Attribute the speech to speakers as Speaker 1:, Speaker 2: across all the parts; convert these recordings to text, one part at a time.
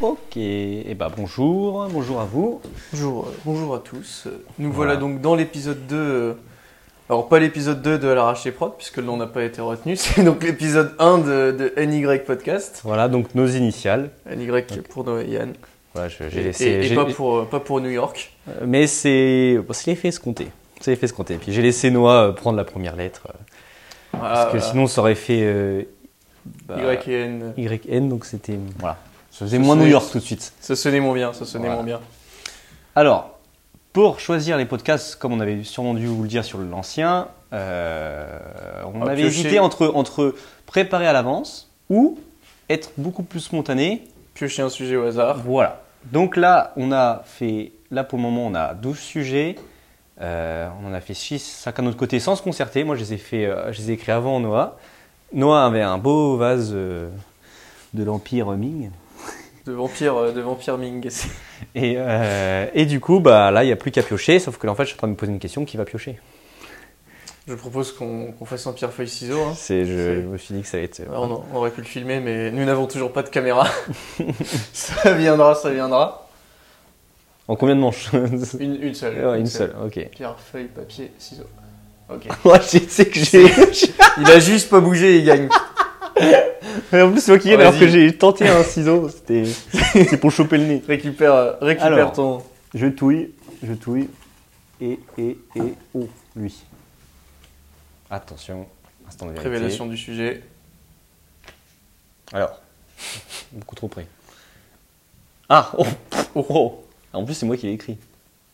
Speaker 1: Ok, et bah bonjour à vous.
Speaker 2: Bonjour à tous. Nous voilà donc dans l'épisode 2. Alors pas l'épisode 2 de l'arraché prod puisque le nom n'a pas été retenu. C'est donc l'épisode 1 de NY Podcast.
Speaker 1: Voilà, donc nos initiales.
Speaker 2: NY pour Noé et Yann.
Speaker 1: Voilà, j'ai
Speaker 2: laissé. Pas pour New York.
Speaker 1: Mais c'est l'effet escompté. C'est l'effet escompté. Puis j'ai laissé Noah prendre la première lettre. Parce que sinon ça aurait fait
Speaker 2: Y et N.
Speaker 1: YN, donc c'était. Voilà. Ça faisait moins New York tout de suite.
Speaker 2: Ça sonnait moins bien, moins bien.
Speaker 1: Alors, pour choisir les podcasts, comme on avait sûrement dû vous le dire sur l'ancien, on avait hésité entre préparer à l'avance ou être beaucoup plus spontané.
Speaker 2: Piocher un sujet au hasard.
Speaker 1: Voilà. Donc là, pour le moment, on a 12 sujets. On en a fait 6, chacun de notre côté, sans se concerter. Moi, je les ai écrits avant Noah. Noah avait un beau vase de l'Empire Ming.
Speaker 2: De vampire Ming.
Speaker 1: Et du coup, là, il n'y a plus qu'à piocher, sauf que là, en fait, je suis en train de me poser une question, qui va piocher?
Speaker 2: Je propose qu'on fasse un pierre feuille ciseaux. Hein.
Speaker 1: Je me suis dit que ça allait être.
Speaker 2: On aurait pu le filmer, mais nous n'avons toujours pas de caméra. Ça viendra.
Speaker 1: En combien de manches?
Speaker 2: Une seule.
Speaker 1: Ouais, une seule, ok.
Speaker 2: Pierre, feuille, papier, ciseaux. Ok.
Speaker 1: Ouais, je sais que j'ai.
Speaker 2: Il a juste pas bougé et il gagne.
Speaker 1: Mais en plus, c'est moi qui gagne alors que j'ai tenté un ciseau. C'est pour choper le nez.
Speaker 2: Récupère alors, ton.
Speaker 1: Je touille. Et oh, lui. Attention, instant de vérité.
Speaker 2: Révélation du sujet.
Speaker 1: Alors, beaucoup trop près. Ah, oh. En plus, c'est moi qui l'ai écrit.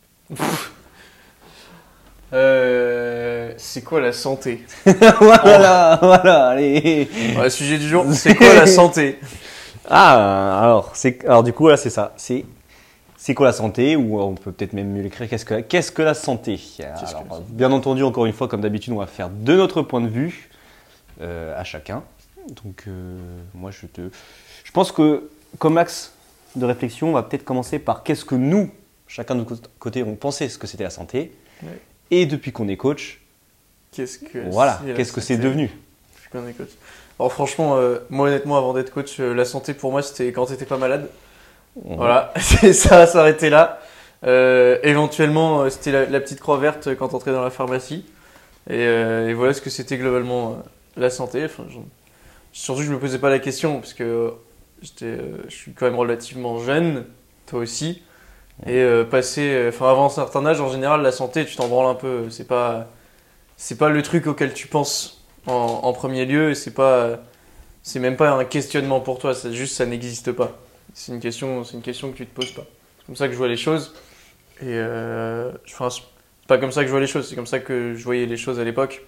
Speaker 2: C'est quoi la santé?
Speaker 1: Voilà, allez.
Speaker 2: Le sujet du jour, c'est quoi la santé?
Speaker 1: Alors du coup, là, c'est ça. C'est quoi la santé? Ou on peut peut-être même mieux l'écrire. Qu'est-ce que la santé? Alors, bien entendu, encore une fois, comme d'habitude, on va faire de notre point de vue à chacun. Donc, moi, je pense que comme axe de réflexion, on va peut-être commencer par qu'est-ce que nous, chacun de notre côté, on pensait ce que c'était la santé. Ouais. Et depuis qu'on est coach, qu'est-ce que c'est devenu?
Speaker 2: Depuis qu'on est coach. Alors franchement, moi honnêtement, avant d'être coach, la santé pour moi c'était quand t'étais pas malade. Voilà, ça s'arrêtait là. Éventuellement, c'était la petite croix verte quand t'entrais dans la pharmacie. Et voilà ce que c'était globalement la santé. Enfin, surtout, je me posais pas la question parce que je suis quand même relativement jeune, toi aussi. Et avant un certain âge, en général, la santé, tu t'en branles un peu. C'est pas le truc auquel tu penses en premier lieu. C'est même pas un questionnement pour toi. C'est juste, ça n'existe pas. C'est une question que tu te poses pas. C'est comme ça que je vois les choses. Et c'est pas comme ça que je vois les choses. C'est comme ça que je voyais les choses à l'époque.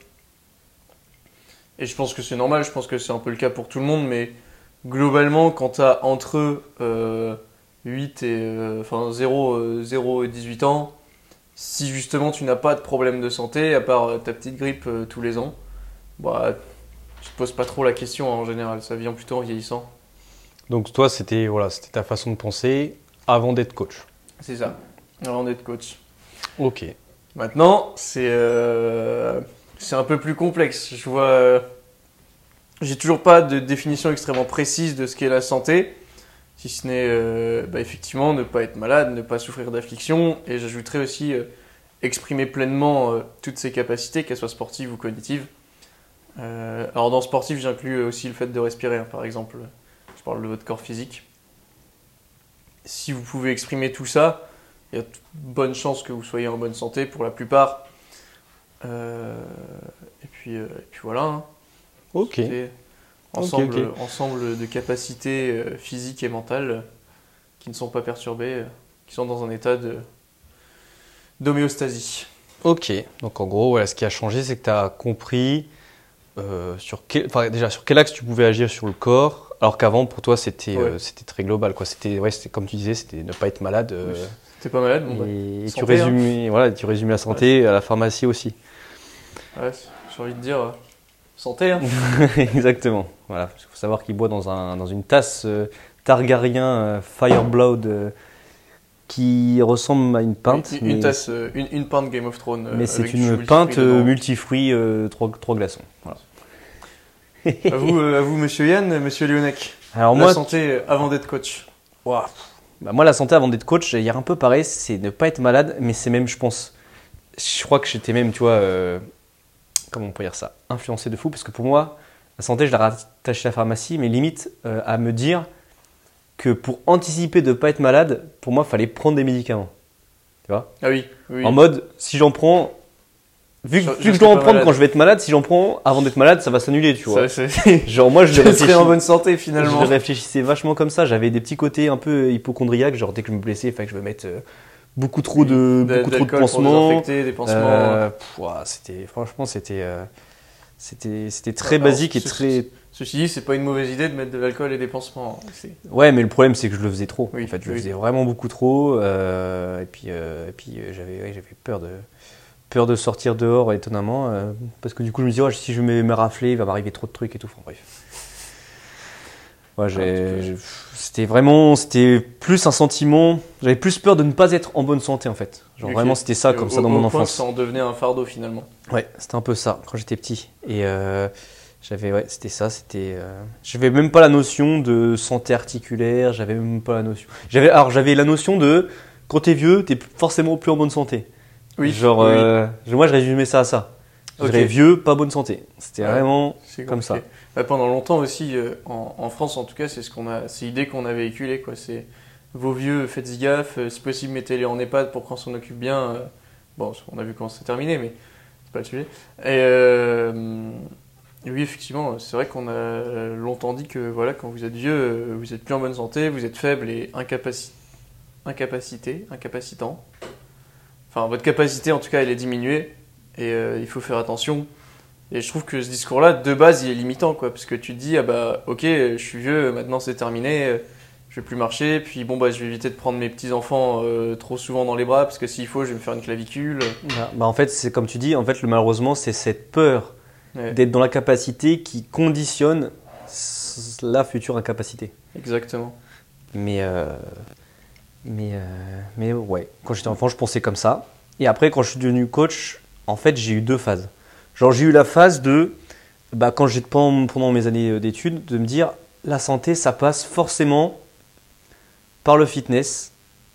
Speaker 2: Et je pense que c'est normal. Je pense que c'est un peu le cas pour tout le monde. Mais globalement, quand t'as entre 8 et 0 et 18 ans, si justement tu n'as pas de problème de santé, à part ta petite grippe tous les ans, tu te poses pas trop la question en général, ça vient plutôt en vieillissant.
Speaker 1: Donc toi, c'était ta façon de penser avant d'être coach.
Speaker 2: C'est ça, avant d'être coach.
Speaker 1: Ok.
Speaker 2: Maintenant, c'est un peu plus complexe. Je vois, j'ai toujours pas de définition extrêmement précise de ce qu'est la santé. Si ce n'est effectivement ne pas être malade, ne pas souffrir d'affliction, et j'ajouterais aussi exprimer pleinement toutes ses capacités, qu'elles soient sportives ou cognitives. Alors dans sportif, j'inclus aussi le fait de respirer, hein, par exemple. Je parle de votre corps physique. Si vous pouvez exprimer tout ça, il y a de bonnes chances que vous soyez en bonne santé pour la plupart. Et puis voilà. Hein.
Speaker 1: Ok.
Speaker 2: Ensemble de capacités physiques et mentales qui ne sont pas perturbées, qui sont dans un état d'homéostasie.
Speaker 1: Ok, donc en gros, ce qui a changé, c'est que tu as compris sur quel axe tu pouvais agir sur le corps, alors qu'avant, pour toi, c'était très global, quoi. C'était comme tu disais, c'était ne pas être malade.
Speaker 2: T'es pas malade,
Speaker 1: et tu résumais la santé à la pharmacie aussi.
Speaker 2: Ouais, j'ai envie de dire... Santé, hein.
Speaker 1: Exactement. Voilà. Il faut savoir qu'il boit dans une tasse Targaryen Fireblood qui ressemble à une pinte.
Speaker 2: Une pinte Game of Thrones.
Speaker 1: Mais c'est une pinte multifruits, 3 glaçons. Voilà.
Speaker 2: À vous, monsieur Yann, monsieur Léonec.
Speaker 1: Alors
Speaker 2: la santé avant d'être coach.
Speaker 1: Ouah. Bah, moi, la santé avant d'être coach, hier un peu pareil, c'est ne pas être malade, mais c'est même, je pense, je crois que j'étais même, tu vois, comment on peut dire ça, influencé de fou, parce que pour moi, la santé, je la rattachais à la pharmacie, mais limite à me dire que pour anticiper de ne pas être malade, pour moi, il fallait prendre des médicaments. Tu vois ?
Speaker 2: Ah oui, oui.
Speaker 1: En mode, si j'en prends, vu que je dois en prendre quand je vais être malade, si j'en prends avant d'être malade, ça va s'annuler, tu vois. Genre moi, je
Speaker 2: serais en bonne santé finalement.
Speaker 1: Je réfléchissais vachement comme ça. J'avais des petits côtés un peu hypochondriaques, genre dès que je me blessais, il fallait que je me mette beaucoup trop de pansements.
Speaker 2: Des pansements.
Speaker 1: Franchement, c'était très basique et très.
Speaker 2: Ceci dit, c'est pas une mauvaise idée de mettre de l'alcool et des pansements.
Speaker 1: Ouais, mais le problème c'est que je le faisais trop.
Speaker 2: Oui,
Speaker 1: en fait, je le faisais vraiment beaucoup trop. Et puis j'avais peur de sortir dehors étonnamment, parce que du coup je me disais si je me rafler, il va m'arriver trop de trucs et tout. Enfin, bref. Ouais, c'était plus un sentiment. J'avais plus peur de ne pas être en bonne santé en fait. Genre vraiment c'était ça comme ça dans mon enfance.
Speaker 2: Ça en devenait un fardeau finalement.
Speaker 1: Ouais, c'était un peu ça quand j'étais petit. Et c'était ça. J'avais même pas la notion de santé articulaire. J'avais même pas la notion. J'avais la notion de quand t'es vieux, t'es forcément plus en bonne santé.
Speaker 2: Oui.
Speaker 1: Genre, moi je résumais ça à ça. Je dirais vieux, pas bonne santé. C'était vraiment comme ça.
Speaker 2: Bah, pendant longtemps aussi, en France en tout cas, c'est l'idée qu'on a véhiculée, quoi. C'est vos vieux, faites-y gaffe, si possible mettez-les en EHPAD pour qu'on s'en occupe bien. Bon, on a vu comment c'est terminé, mais c'est pas le sujet. Et oui, effectivement, c'est vrai qu'on a longtemps dit que voilà, quand vous êtes vieux, vous êtes plus en bonne santé, vous êtes faible et incapacitant. Enfin, votre capacité, en tout cas, elle est diminuée et il faut faire attention. Et je trouve que ce discours-là, de base, il est limitant, quoi, parce que tu te dis, ah bah, ok, je suis vieux, maintenant c'est terminé, je vais plus marcher, puis bon, bah, je vais éviter de prendre mes petits-enfants trop souvent dans les bras, parce que s'il faut, je vais me faire une clavicule.
Speaker 1: Bah, en fait, c'est comme tu dis, en fait, malheureusement, c'est cette peur d'être dans la capacité qui conditionne la future incapacité.
Speaker 2: Exactement.
Speaker 1: Mais ouais, quand j'étais enfant, je pensais comme ça. Et après, quand je suis devenu coach, en fait, j'ai eu deux phases. Genre, j'ai eu la phase de, quand j'étais pendant mes années d'études, de me dire, la santé, ça passe forcément par le fitness.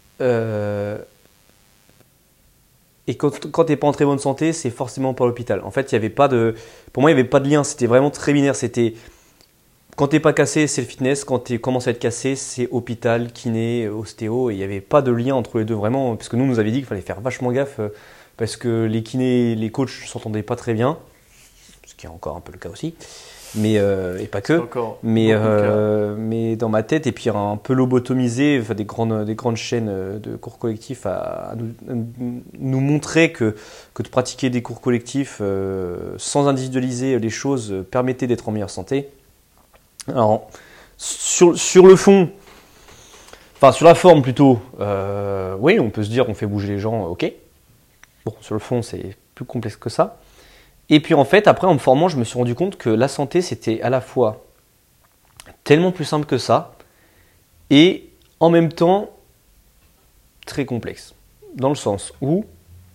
Speaker 1: Et quand tu n'es pas en très bonne santé, c'est forcément par l'hôpital. En fait, pour moi, il n'y avait pas de lien. C'était vraiment très binaire. C'était, quand tu n'es pas cassé, c'est le fitness. Quand tu commences à être cassé, c'est hôpital, kiné, ostéo. Et il n'y avait pas de lien entre les deux, vraiment. Parce que nous avait dit qu'il fallait faire vachement gaffe. Parce que les kinés, les coachs ne s'entendaient pas très bien. Ce qui est encore un peu le cas aussi. Et pas que. Mais dans ma tête, et puis un peu lobotomisé, enfin, des grandes chaînes de cours collectifs à nous montrer que de pratiquer des cours collectifs sans individualiser les choses permettait d'être en meilleure santé. Alors, sur le fond, enfin sur la forme plutôt, oui, on peut se dire qu'on fait bouger les gens, ok. Bon, sur le fond, c'est plus complexe que ça. Et puis en fait, après en me formant, je me suis rendu compte que la santé, c'était à la fois tellement plus simple que ça et en même temps très complexe. Dans le sens où,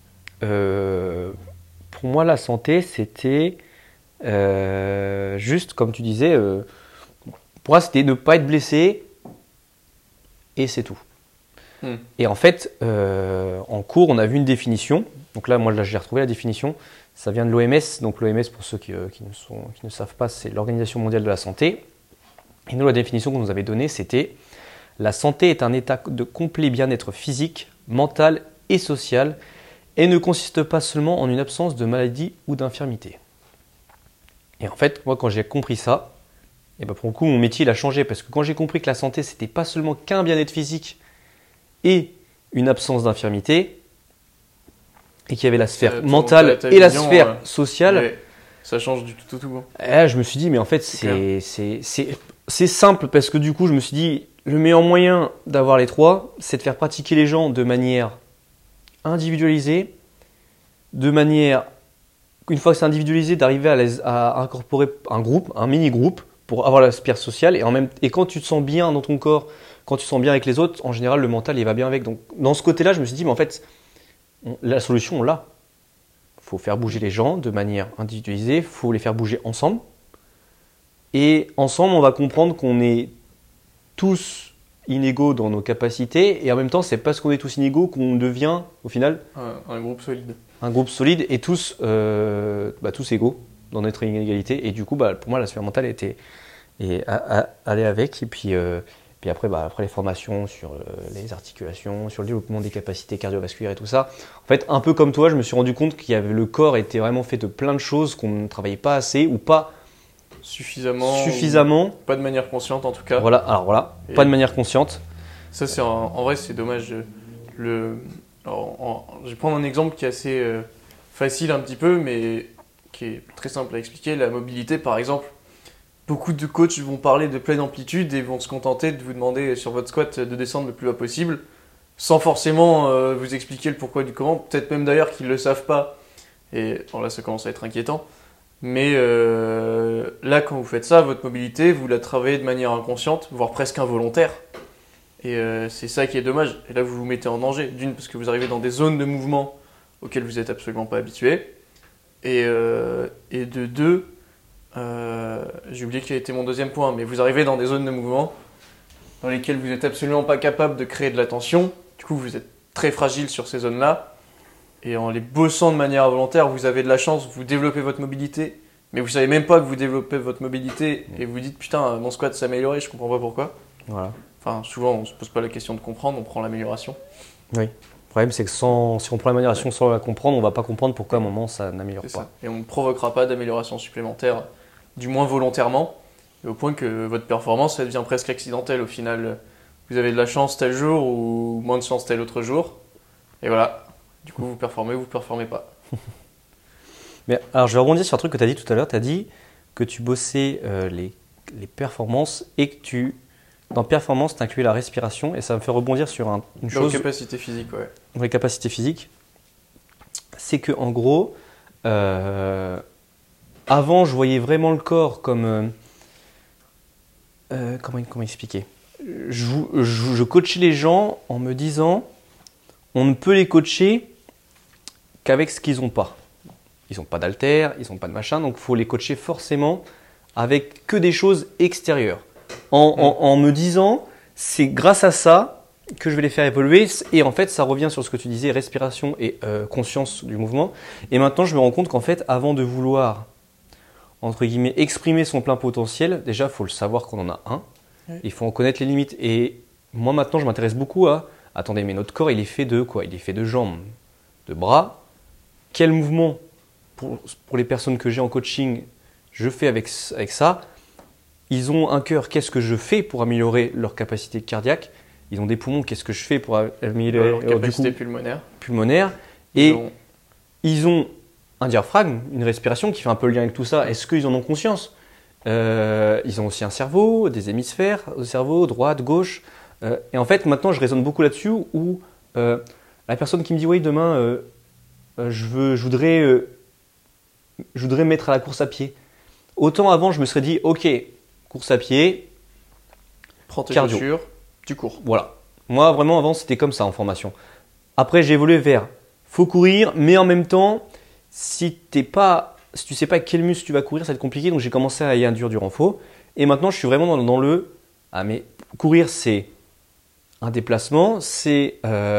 Speaker 1: pour moi, la santé, c'était juste, comme tu disais, pour moi, c'était ne pas être blessé et c'est tout. Et en fait, en cours, on a vu une définition. Donc là, j'ai retrouvé la définition. Ça vient de l'OMS. Donc l'OMS, pour ceux qui ne savent pas, c'est l'Organisation mondiale de la santé. Et nous, la définition qu'on nous avait donnée, c'était « La santé est un état de complet bien-être physique, mental et social et ne consiste pas seulement en une absence de maladie ou d'infirmité. » Et en fait, moi, quand j'ai compris ça, et pour le coup, mon métier il a changé. Parce que quand j'ai compris que la santé, c'était pas seulement qu'un bien-être physique et une absence d'infirmité, et qu'il y avait la sphère mentale et la sphère sociale.
Speaker 2: Ouais, ça change du tout.
Speaker 1: Je me suis dit, mais en fait, c'est simple parce que du coup, je me suis dit, le meilleur moyen d'avoir les trois, c'est de faire pratiquer les gens de manière individualisée, de manière, une fois que c'est individualisé, d'arriver à incorporer un groupe, un mini-groupe, pour avoir la sphère sociale. Et quand tu te sens bien dans ton corps, quand tu te sens bien avec les autres, en général, le mental, il va bien avec. Donc, dans ce côté-là, je me suis dit, mais en fait, la solution, on l'a. Il faut faire bouger les gens de manière individualisée, il faut les faire bouger ensemble. Et ensemble, on va comprendre qu'on est tous inégaux dans nos capacités et en même temps, c'est parce qu'on est tous inégaux qu'on devient, au final,
Speaker 2: un groupe solide.
Speaker 1: Un groupe solide et tous égaux dans notre inégalité. Et du coup, pour moi, la sphère mentale allait avec. Et puis après, après les formations sur les articulations, sur le développement des capacités cardiovasculaires et tout ça. En fait, un peu comme toi, je me suis rendu compte le corps était vraiment fait de plein de choses qu'on ne travaillait pas assez ou pas suffisamment.
Speaker 2: Pas de manière consciente en tout cas.
Speaker 1: Voilà, pas de manière consciente.
Speaker 2: Ça, en vrai, c'est dommage. Je vais prendre un exemple qui est assez facile un petit peu, mais qui est très simple à expliquer. La mobilité, par exemple. Beaucoup de coachs vont parler de pleine amplitude et vont se contenter de vous demander sur votre squat de descendre le plus bas possible, sans forcément vous expliquer le pourquoi du comment. Peut-être même d'ailleurs qu'ils ne le savent pas. Et alors là, ça commence à être inquiétant. Mais là, quand vous faites ça, votre mobilité, vous la travaillez de manière inconsciente, voire presque involontaire. Et c'est ça qui est dommage. Et là, vous vous mettez en danger. D'une, parce que vous arrivez dans des zones de mouvement auxquelles vous n'êtes absolument pas habitué. Et de deux, j'ai oublié quel était mon deuxième point, mais vous arrivez dans des zones de mouvement dans lesquelles vous n'êtes absolument pas capable de créer de la tension. Du coup, vous êtes très fragile sur ces zones-là. Et en les bossant de manière involontaire, vous avez de la chance, vous développez votre mobilité. Mais vous savez même pas que vous développez votre mobilité et vous dites putain, mon squat s'est amélioré, je comprends pas pourquoi.
Speaker 1: Voilà.
Speaker 2: Enfin, souvent, on se pose pas la question de comprendre, on prend l'amélioration.
Speaker 1: Oui. Le problème, c'est que si on prend l'amélioration sans la comprendre, on va pas comprendre pourquoi à un moment ça n'améliore pas.
Speaker 2: Ça. Et on ne provoquera pas d'amélioration supplémentaire, du moins volontairement, et au point que votre performance, elle devient presque accidentelle au final. Vous avez de la chance tel jour ou moins de chance tel autre jour. Et voilà. Du coup, vous performez pas.
Speaker 1: Mais alors, je vais rebondir sur un truc que tu as dit tout à l'heure. Tu as dit que tu bossais les performances et que dans performance, tu incluais la respiration. Et ça me fait rebondir sur une chose.
Speaker 2: Les capacités physiques, ouais.
Speaker 1: Les capacités physiques. C'est que en gros, avant, je voyais vraiment le corps comme. Comment expliquer ? Je coachais les gens en me disant on ne peut les coacher qu'avec ce qu'ils n'ont pas. Ils n'ont pas d'haltères, ils n'ont pas de machin, donc il faut les coacher forcément avec que des choses extérieures. En me disant, c'est grâce à ça que je vais les faire évoluer. Et en fait, ça revient sur ce que tu disais, respiration et conscience du mouvement. Et maintenant, je me rends compte qu'en fait, avant de vouloir, entre guillemets, exprimer son plein potentiel, déjà, il faut le savoir qu'on en a un. Oui. Il faut en connaître les limites. Et moi, maintenant, je m'intéresse beaucoup à, attendez, mais notre corps, il est fait de quoi ? Il est fait de jambes, de bras. Quel mouvement pour les personnes que j'ai en coaching, je fais avec ça. Ils ont un cœur, qu'est-ce que je fais pour améliorer leur capacité cardiaque ? Ils ont des poumons, qu'est-ce que je fais pour améliorer
Speaker 2: leur capacité pulmonaire.
Speaker 1: Et ils ont un diaphragme, une respiration qui fait un peu le lien avec tout ça. Est-ce qu'ils en ont conscience ? Ils ont aussi un cerveau, des hémisphères au cerveau, droite, gauche. Et en fait, maintenant, je raisonne beaucoup là-dessus où la personne qui me dit « Oui, demain, je voudrais me mettre à la course à pied. » Autant avant, je me serais dit « Ok, course à pied,
Speaker 2: prends tes
Speaker 1: cardio.
Speaker 2: chaussures, tu cours. »
Speaker 1: Voilà. Moi, vraiment, avant, c'était comme ça en formation. Après, j'ai évolué vers faut courir, mais en même temps, si tu sais pas quel muscle tu vas courir, ça va être compliqué. Donc, j'ai commencé à y induire du renfort. Et maintenant, je suis vraiment dans le mais courir, c'est un déplacement, c'est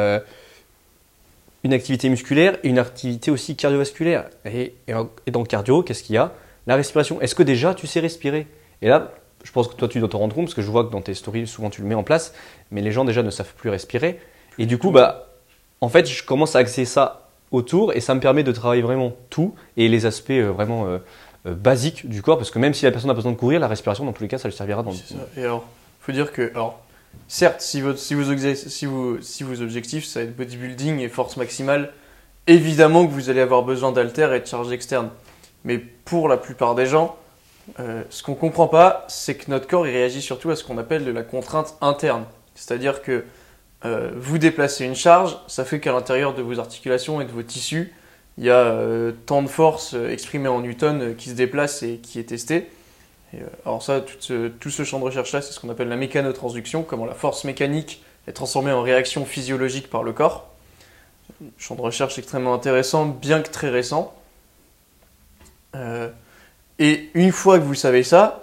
Speaker 1: une activité musculaire et une activité aussi cardiovasculaire. Et dans le cardio, qu'est-ce qu'il y a ? La respiration. Est-ce que déjà tu sais respirer ? Et là, je pense que toi tu dois t'en rendre compte parce que je vois que dans tes stories, souvent tu le mets en place, mais les gens déjà ne savent plus respirer. Et du coup, en fait, je commence à axer ça autour et ça me permet de travailler vraiment tout et les aspects vraiment basiques du corps parce que même si la personne a besoin de courir, la respiration, dans tous les cas, ça lui servira dans le.
Speaker 2: C'est ça. Et alors, il faut dire que. Certes, si vos objectifs, ça va être bodybuilding et force maximale, évidemment que vous allez avoir besoin d'haltères et de charges externes. Mais pour la plupart des gens, ce qu'on ne comprend pas, c'est que notre corps il réagit surtout à ce qu'on appelle de la contrainte interne. C'est-à-dire que vous déplacez une charge, ça fait qu'à l'intérieur de vos articulations et de vos tissus, il y a tant de force exprimée en newton qui se déplace et qui est testé. Alors ça, tout ce champ de recherche-là, c'est ce qu'on appelle la mécanotransduction, comment la force mécanique est transformée en réaction physiologique par le corps. Champ de recherche extrêmement intéressant, bien que très récent. Et une fois que vous savez ça,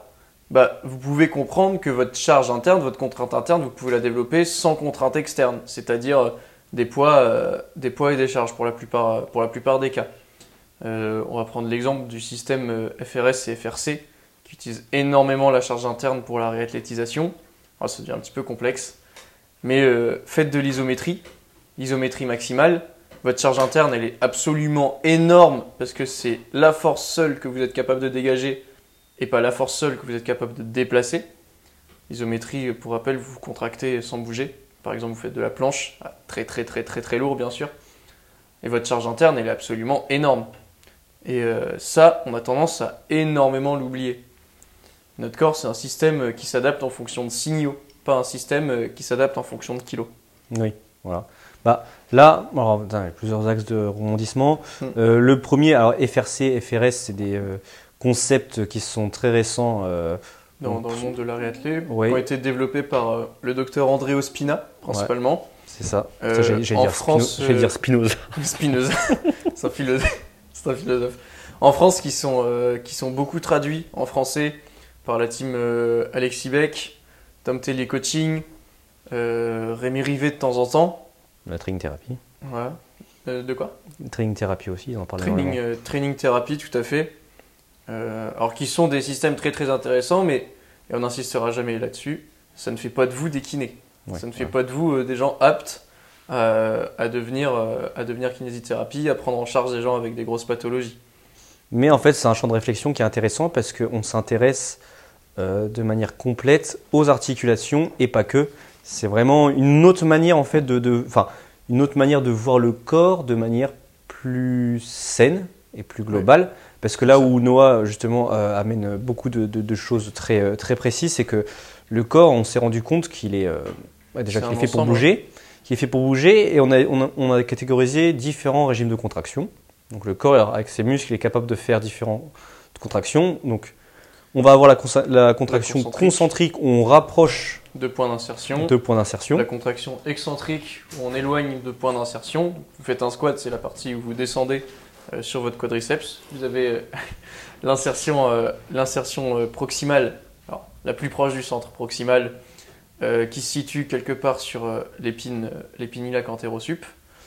Speaker 2: bah, vous pouvez comprendre que votre charge interne, votre contrainte interne, vous pouvez la développer sans contrainte externe, c'est-à-dire des poids et des charges pour la plupart des cas. On va prendre l'exemple du système FRS et FRC qui utilise énormément la charge interne pour la réathlétisation. Alors, ça devient un petit peu complexe, mais faites de l'isométrie maximale. Votre charge interne, elle est absolument énorme parce que c'est la force seule que vous êtes capable de dégager et pas la force seule que vous êtes capable de déplacer. L'isométrie, pour rappel, vous contractez sans bouger. Par exemple, vous faites de la planche, très lourd bien sûr. Et votre charge interne, elle est absolument énorme. Et ça, on a tendance à énormément l'oublier. Notre corps, c'est un système qui s'adapte en fonction de signaux, pas un système qui s'adapte en fonction de kilos.
Speaker 1: Oui, voilà. Bah, là, alors, il y a plusieurs axes de rebondissement. Le premier, alors FRC, FRS, c'est des concepts qui sont très récents.
Speaker 2: Dans le monde de la réathlé,
Speaker 1: oui.
Speaker 2: Qui ont été développés par le docteur André Ospina, principalement.
Speaker 1: Ouais, c'est ça. J'allais dire Spinoza.
Speaker 2: Spinoza, c'est un philosophe. En France, qui sont beaucoup traduits en français par la team Alexis Beck, Tom Tellier Coaching, Rémi Rivet de temps en temps.
Speaker 1: La training thérapie.
Speaker 2: Voilà. De quoi ?
Speaker 1: Training thérapie aussi, ils en parlent
Speaker 2: training thérapie, tout à fait. Alors qui sont des systèmes très intéressants, mais et on n'insistera jamais là-dessus, ça ne fait pas de vous des kinés. Ouais, ça ne fait pas de vous des gens aptes à devenir kinésithérapie, à prendre en charge des gens avec des grosses pathologies.
Speaker 1: Mais en fait, c'est un champ de réflexion qui est intéressant parce qu'on s'intéresse de manière complète aux articulations et pas que. C'est vraiment une autre manière en fait une autre manière de voir le corps de manière plus saine et plus globale. Ouais. Parce que là où Noah justement amène beaucoup de choses très précises, c'est que le corps, on s'est rendu compte qu'il est déjà qu'il est fait pour bouger, et on a catégorisé différents régimes de contraction. Donc le corps avec ses muscles, il est capable de faire différentes contractions. Donc on va avoir la contraction concentrique où on rapproche
Speaker 2: deux points d'insertion. La contraction excentrique où on éloigne deux points d'insertion. Vous faites un squat, c'est la partie où vous descendez sur votre quadriceps. Vous avez l'insertion proximale, alors, la plus proche du centre proximal, qui se situe quelque part sur l'épine iliaque antérosup.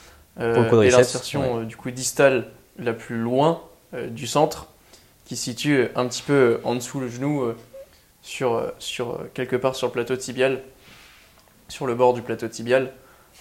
Speaker 2: Et l'insertion du coup distale la plus loin du centre, qui se situe un petit peu en dessous le genou, quelque part sur le plateau tibial, sur le bord du plateau tibial.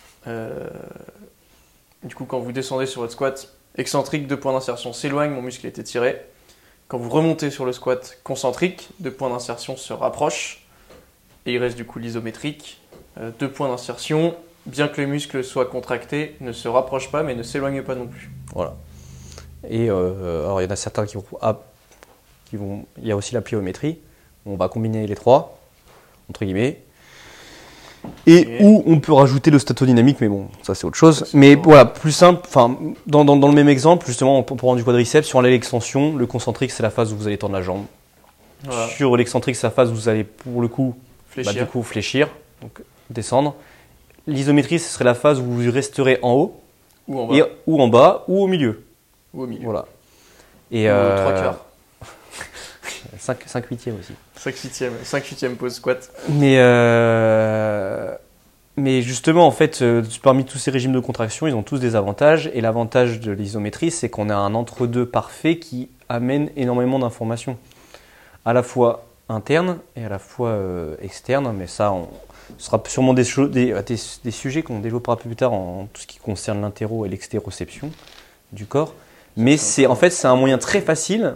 Speaker 2: Du coup, quand vous descendez sur votre squat excentrique, deux points d'insertion s'éloignent, mon muscle est étiré. Quand vous remontez sur le squat concentrique, deux points d'insertion se rapprochent, et il reste du coup l'isométrique. Deux points d'insertion, bien que les muscles soient contractés, ne se rapprochent pas, mais ne s'éloignent pas non plus.
Speaker 1: Voilà. Et alors il y en a certains il y a aussi la pliométrie. On va combiner les trois, entre guillemets. Et où on peut rajouter le statodynamique, mais bon, ça c'est autre chose. Mais voilà, plus simple, dans le même exemple, justement, pour prendre du quadriceps, sur l'extension, le concentrique, c'est la phase où vous allez tendre la jambe. Voilà. Sur l'excentrique, c'est la phase où vous allez, pour le coup, fléchir, donc descendre. L'isométrie, ce serait la phase où vous resterez en haut, ou en bas, ou au milieu. Voilà. Et
Speaker 2: 3 quarts.
Speaker 1: 5 huitièmes aussi.
Speaker 2: 5 huitièmes pause squat.
Speaker 1: Mais justement, en fait, parmi tous ces régimes de contraction, ils ont tous des avantages. Et l'avantage de l'isométrie, c'est qu'on a un entre-deux parfait qui amène énormément d'informations. À la fois internes et à la fois externes. Mais ça, ce sera sûrement des sujets qu'on développera plus tard en tout ce qui concerne l'intéro et l'extéroception du corps. Mais c'est un moyen très facile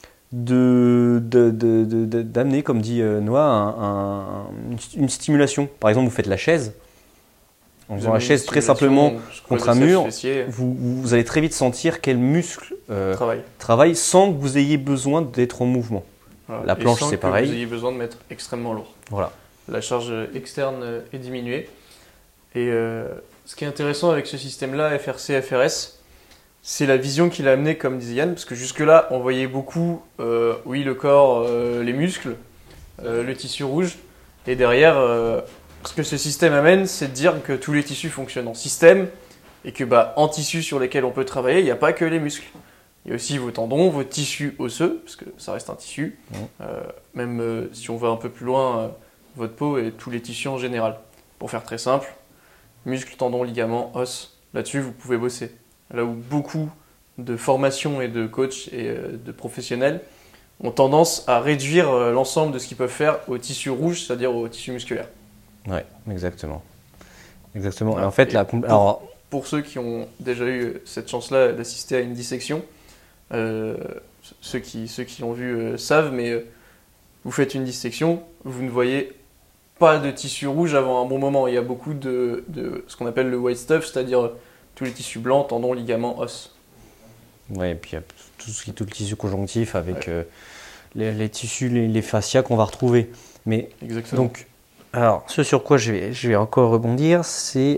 Speaker 1: d'amener, comme dit Noah, une stimulation. Par exemple, vous faites la chaise. En faisant la chaise très simplement contre un mur, vous allez très vite sentir quel muscle travaille sans que vous ayez besoin d'être en mouvement. Voilà. La planche, c'est pareil.
Speaker 2: Vous ayez besoin de mettre extrêmement lourd.
Speaker 1: Voilà.
Speaker 2: La charge externe est diminuée. Et ce qui est intéressant avec ce système-là, FRC, FRS, c'est la vision qu'il a amenée, comme disait Yann, parce que jusque-là, on voyait beaucoup, le corps, les muscles, le tissu rouge, et derrière, ce que ce système amène, c'est de dire que tous les tissus fonctionnent en système, et que en tissus sur lesquels on peut travailler, il n'y a pas que les muscles. Il y a aussi vos tendons, vos tissus osseux, parce que ça reste un tissu. Même si on va un peu plus loin, votre peau et tous les tissus en général. Pour faire très simple, muscles, tendons, ligaments, os, là-dessus vous pouvez bosser. Là où beaucoup de formations et de coachs et de professionnels ont tendance à réduire l'ensemble de ce qu'ils peuvent faire au tissu rouge, c'est-à-dire au tissu musculaire.
Speaker 1: Ouais, exactement. Exactement. Et en fait,
Speaker 2: pour ceux qui ont déjà eu cette chance-là d'assister à une dissection, ceux qui l'ont vu savent, mais vous faites une dissection, vous ne voyez pas de tissu rouge avant un bon moment. Il y a beaucoup de ce qu'on appelle le white stuff, c'est-à-dire tous les tissus blancs, tendons, ligaments, os.
Speaker 1: Ouais, et puis il y a tout le tissu conjonctif avec les tissus, les fascias qu'on va retrouver. Mais
Speaker 2: exactement.
Speaker 1: Donc, alors, ce sur quoi je vais encore rebondir, c'est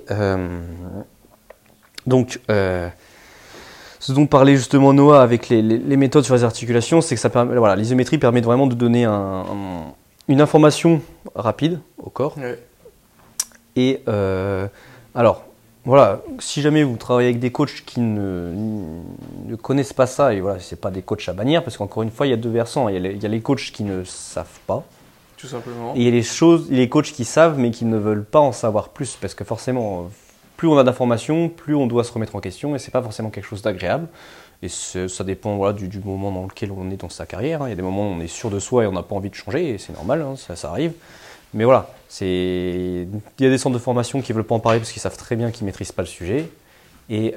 Speaker 1: ce dont parlait justement Noah avec les méthodes sur les articulations, c'est que ça permet, voilà, l'isométrie permet vraiment de donner une information rapide au corps.
Speaker 2: Ouais.
Speaker 1: Et alors, voilà, si jamais vous travaillez avec des coachs qui ne connaissent pas ça, et voilà, c'est pas des coachs à bannir, parce qu'encore une fois, il y a deux versants. Il y a les coachs qui ne savent pas.
Speaker 2: Tout simplement.
Speaker 1: Et il y a les coachs qui savent, mais qui ne veulent pas en savoir plus, parce que forcément, plus on a d'informations, plus on doit se remettre en question, et c'est pas forcément quelque chose d'agréable. Et ça dépend voilà, du moment dans lequel on est dans sa carrière. Il y a des moments où on est sûr de soi et on n'a pas envie de changer, et c'est normal, ça arrive. Mais voilà, il y a des centres de formation qui ne veulent pas en parler parce qu'ils savent très bien qu'ils ne maîtrisent pas le sujet. Et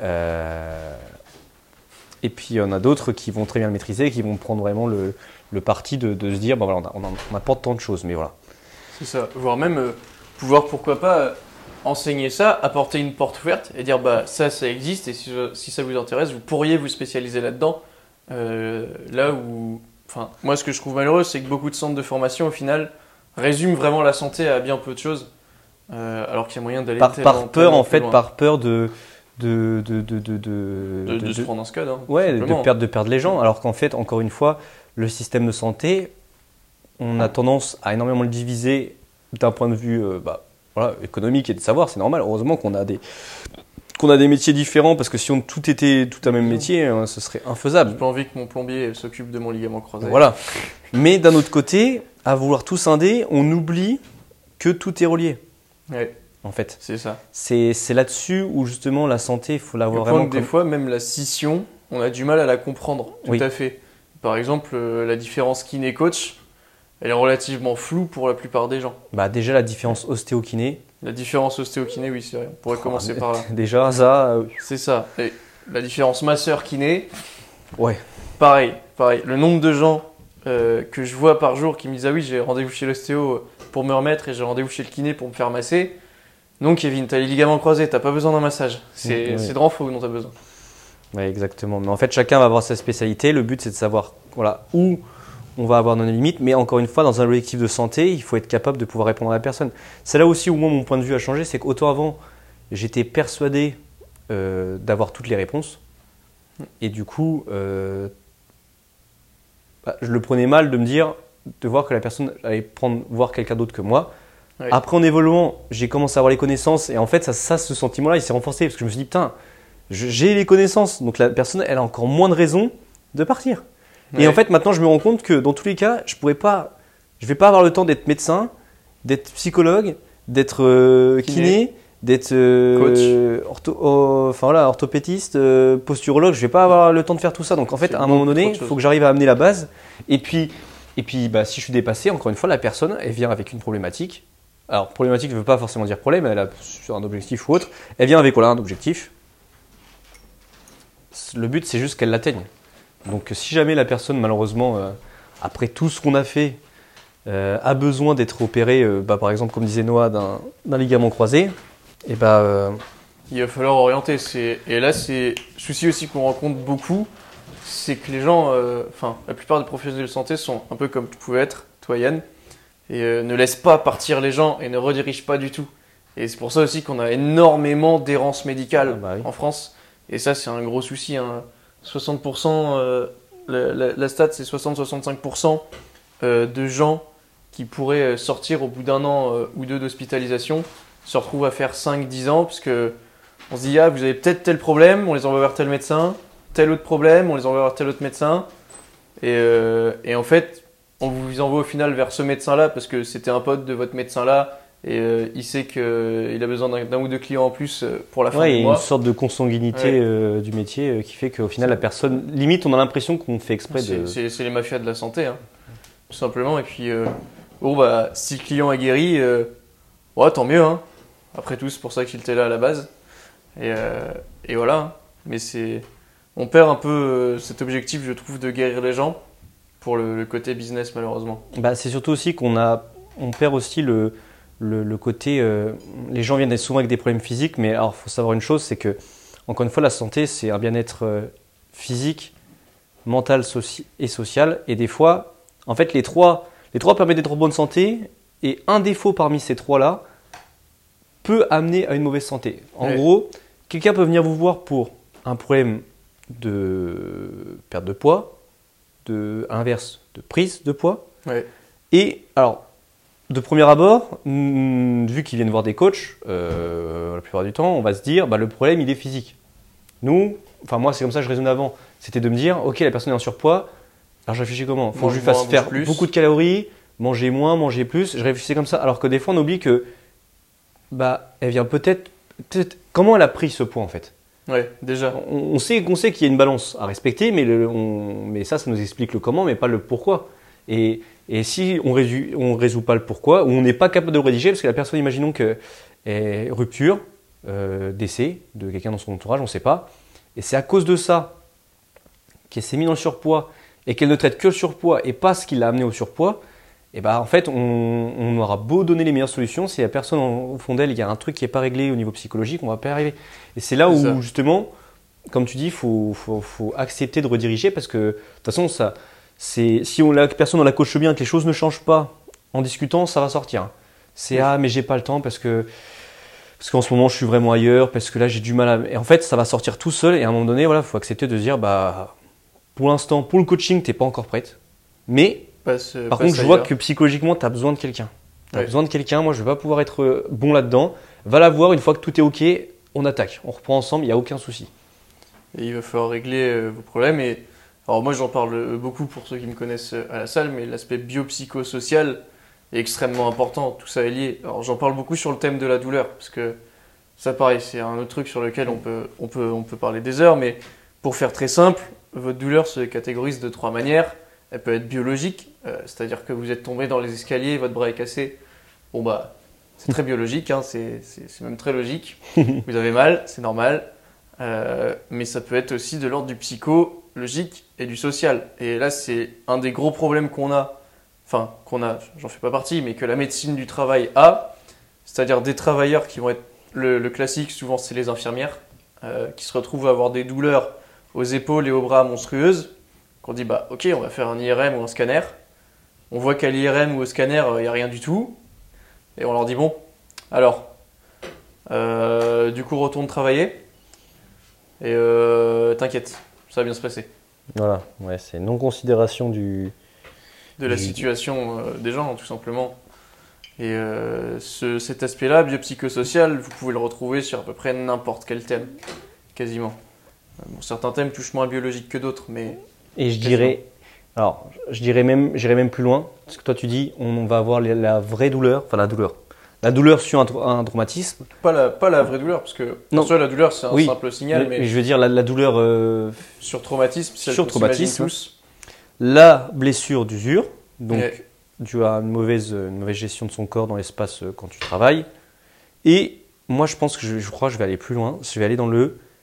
Speaker 1: puis il y en a d'autres qui vont très bien le maîtriser et qui vont prendre vraiment le parti de se dire ben voilà, on n'a pas tant de choses, mais voilà.
Speaker 2: C'est ça, voire même pouvoir, pourquoi pas, enseigner ça, apporter une porte ouverte et dire bah ça existe et si ça vous intéresse, vous pourriez vous spécialiser là-dedans. Là où, enfin, moi ce que je trouve malheureux, c'est que beaucoup de centres de formation au final résument vraiment la santé à bien peu de choses, alors qu'il y a moyen d'aller
Speaker 1: par peur en fait, par peur de
Speaker 2: se prendre un scud. Hein,
Speaker 1: ouais, de perdre les gens, alors qu'en fait, encore une fois, le système de santé, on a tendance à énormément le diviser d'un point de vue voilà, économique et de savoir, c'est normal. Heureusement qu'on a des métiers différents, parce que si tout était tout un même métier, ce serait infaisable.
Speaker 2: J'ai pas envie que mon plombier s'occupe de mon ligament croisé.
Speaker 1: Voilà. Mais d'un autre côté, à vouloir tout scinder, on oublie que tout est relié.
Speaker 2: Ouais.
Speaker 1: En fait.
Speaker 2: C'est ça.
Speaker 1: C'est là-dessus où justement la santé, il faut l'avoir
Speaker 2: vraiment.
Speaker 1: Des
Speaker 2: fois, même la scission, on a du mal à la comprendre. Tout à fait. Par exemple, la différence kiné-coach, elle est relativement floue pour la plupart des gens.
Speaker 1: Bah déjà la différence ostéo-kiné.
Speaker 2: La différence ostéo-kiné, oui, c'est vrai. On pourrait commencer par là.
Speaker 1: Déjà ça.
Speaker 2: C'est ça. Et la différence masseur-kiné.
Speaker 1: Ouais.
Speaker 2: Pareil. Le nombre de gens que je vois par jour qui me disent ah oui, j'ai rendez-vous chez l'ostéo pour me remettre et j'ai rendez-vous chez le kiné pour me faire masser. Non, Kevin, t'as les ligaments croisés, t'as pas besoin d'un massage. C'est de renfort dont t'as besoin.
Speaker 1: Oui, exactement. Mais en fait, chacun va avoir sa spécialité. Le but, c'est de savoir où on va avoir nos limites. Mais encore une fois, dans un objectif de santé, il faut être capable de pouvoir répondre à la personne. C'est là aussi où moi, mon point de vue a changé. C'est qu'autant avant, j'étais persuadé d'avoir toutes les réponses. Et du coup, je le prenais mal de voir que la personne allait voir quelqu'un d'autre que moi. Oui. Après, en évoluant, j'ai commencé à avoir les connaissances. Et en fait, ce sentiment-là, il s'est renforcé. Parce que je me suis dit, putain, j'ai les connaissances. Donc la personne, elle a encore moins de raisons de partir. Oui. Et en fait, maintenant, je me rends compte que dans tous les cas, je vais pas avoir le temps d'être médecin, d'être psychologue, d'être kiné, d'être orthopédiste, posturologue. Je vais pas avoir le temps de faire tout ça. Donc en fait, à un moment donné, il faut que j'arrive à amener la base. Et puis si je suis dépassé, encore une fois, la personne, elle vient avec une problématique. Alors, problématique ne veut pas forcément dire problème, elle a sur un objectif ou autre. Elle vient avec un objectif. Le but, c'est juste qu'elle l'atteigne. Donc, si jamais la personne, malheureusement, après tout ce qu'on a fait, a besoin d'être opérée, par exemple, comme disait Noah, d'un ligament croisé, et il va
Speaker 2: falloir orienter. Et là, c'est le souci aussi qu'on rencontre beaucoup, c'est que les gens, la plupart des professionnels de santé sont un peu comme tu pouvais être, toi Yann, et ne laissent pas partir les gens et ne redirigent pas du tout. Et c'est pour ça aussi qu'on a énormément d'errance médicale en France. Et ça, c'est un gros souci. 60%, la stat, c'est 60-65% de gens qui pourraient sortir au bout d'un an ou deux d'hospitalisation se retrouvent à faire 5-10 ans parce que on se dit, vous avez peut-être tel problème, on les envoie vers tel médecin, tel autre problème, on les envoie voir tel autre médecin. Et en fait, on vous envoie au final vers ce médecin-là parce que c'était un pote de votre médecin-là et il sait qu'il a besoin d'un ou deux clients en plus pour la fin du mois.
Speaker 1: Une sorte de consanguinité du métier qui fait qu'au final, la personne, limite, on a l'impression qu'on fait exprès de.
Speaker 2: C'est les mafias de la santé, hein, tout simplement. Et puis, si le client est guéri, tant mieux. Hein. Après tout, c'est pour ça qu'il était là à la base. Et voilà. Hein. Mais on perd un peu cet objectif, je trouve, de guérir les gens pour le côté business, malheureusement.
Speaker 1: C'est surtout aussi on perd aussi le côté. Les gens viennent souvent avec des problèmes physiques, mais alors il faut savoir une chose, c'est que, encore une fois, la santé, c'est un bien-être physique, mental et social. Et des fois, en fait, les trois permettent d'être en bonne santé, et un défaut parmi ces trois-là peut amener à une mauvaise santé. En gros, quelqu'un peut venir vous voir pour un problème de perte de poids, à l'inverse, de prise de poids.
Speaker 2: Ouais.
Speaker 1: Et alors, de premier abord, vu qu'ils viennent voir des coachs, la plupart du temps, on va se dire, le problème, il est physique. Moi, c'est comme ça que je raisonnais avant. C'était de me dire, ok, la personne est en surpoids, alors je réfléchis comment ? Il faut que je lui fasse faire beaucoup de calories, manger moins, manger plus. Je réfléchissais comme ça, alors que des fois, on oublie que, elle vient peut-être comment elle a pris ce poids en fait.
Speaker 2: Ouais, déjà.
Speaker 1: On sait qu'il y a une balance à respecter, mais ça nous explique le comment, mais pas le pourquoi. Et si on résout pas le pourquoi, ou on n'est pas capable de le rédiger, parce que la personne, imaginons que rupture, décès de quelqu'un dans son entourage, on ne sait pas, et c'est à cause de ça qu'elle s'est mise dans le surpoids et qu'elle ne traite que le surpoids et pas ce qui l'a amené au surpoids, et en fait, on aura beau donner les meilleures solutions, si la personne au fond d'elle, il y a un truc qui n'est pas réglé au niveau psychologique, on ne va pas y arriver. Et c'est là où justement, comme tu dis, il faut accepter de rediriger, parce que de toute façon, si la personne on la coache bien, que les choses ne changent pas en discutant, ça va sortir. C'est mais j'ai pas le temps parce qu'en ce moment je suis vraiment ailleurs, parce que là j'ai du mal à. Et en fait, ça va sortir tout seul, et à un moment donné, il faut accepter de se dire, pour l'instant, pour le coaching, tu n'es pas encore prête, mais. Par contre, je vois que psychologiquement, tu as besoin de quelqu'un. Tu as besoin de quelqu'un. Moi, je ne vais pas pouvoir être bon là-dedans. Va la voir, une fois que tout est OK, on attaque. On reprend ensemble, il n'y a aucun souci.
Speaker 2: Et il va falloir régler vos problèmes. Et alors moi, j'en parle beaucoup pour ceux qui me connaissent à la salle, mais l'aspect biopsychosocial est extrêmement important. Tout ça est lié. Alors j'en parle beaucoup sur le thème de la douleur, parce que ça, pareil, c'est un autre truc sur lequel on peut parler des heures. Mais pour faire très simple, votre douleur se catégorise de 3 manières. Elle peut être biologique, c'est-à-dire que vous êtes tombé dans les escaliers, votre bras est cassé. C'est très biologique, hein, c'est même très logique. Vous avez mal, c'est normal. Mais ça peut être aussi de l'ordre du psychologique et du social. Et là, c'est un des gros problèmes j'en fais pas partie, mais que la médecine du travail a. C'est-à-dire des travailleurs qui vont être le classique, souvent c'est les infirmières, qui se retrouvent à avoir des douleurs aux épaules et aux bras monstrueuses. Qu'on dit, ok, on va faire un IRM ou un scanner. On voit qu'à l'IRM ou au scanner, il n'y a rien du tout. Et on leur dit, bon, alors, du coup, retourne travailler. Et t'inquiète, ça va bien se passer.
Speaker 1: Voilà, c'est non-considération de
Speaker 2: la situation des gens, tout simplement. Et cet aspect-là, biopsychosocial, vous pouvez le retrouver sur à peu près n'importe quel thème, quasiment. Certains thèmes touchent moins biologique que d'autres, mais...
Speaker 1: Et j'irais même plus loin, parce que toi tu dis on va avoir la vraie douleur, la douleur sur un traumatisme.
Speaker 2: Pas la vraie douleur, parce que la douleur c'est un simple signal, mais
Speaker 1: je veux dire la douleur
Speaker 2: sur traumatisme,
Speaker 1: sur traumatisme, la blessure d'usure, donc due à une mauvaise gestion de son corps dans l'espace quand tu travailles. Et moi je pense que je crois que je vais aller plus loin, je vais aller dans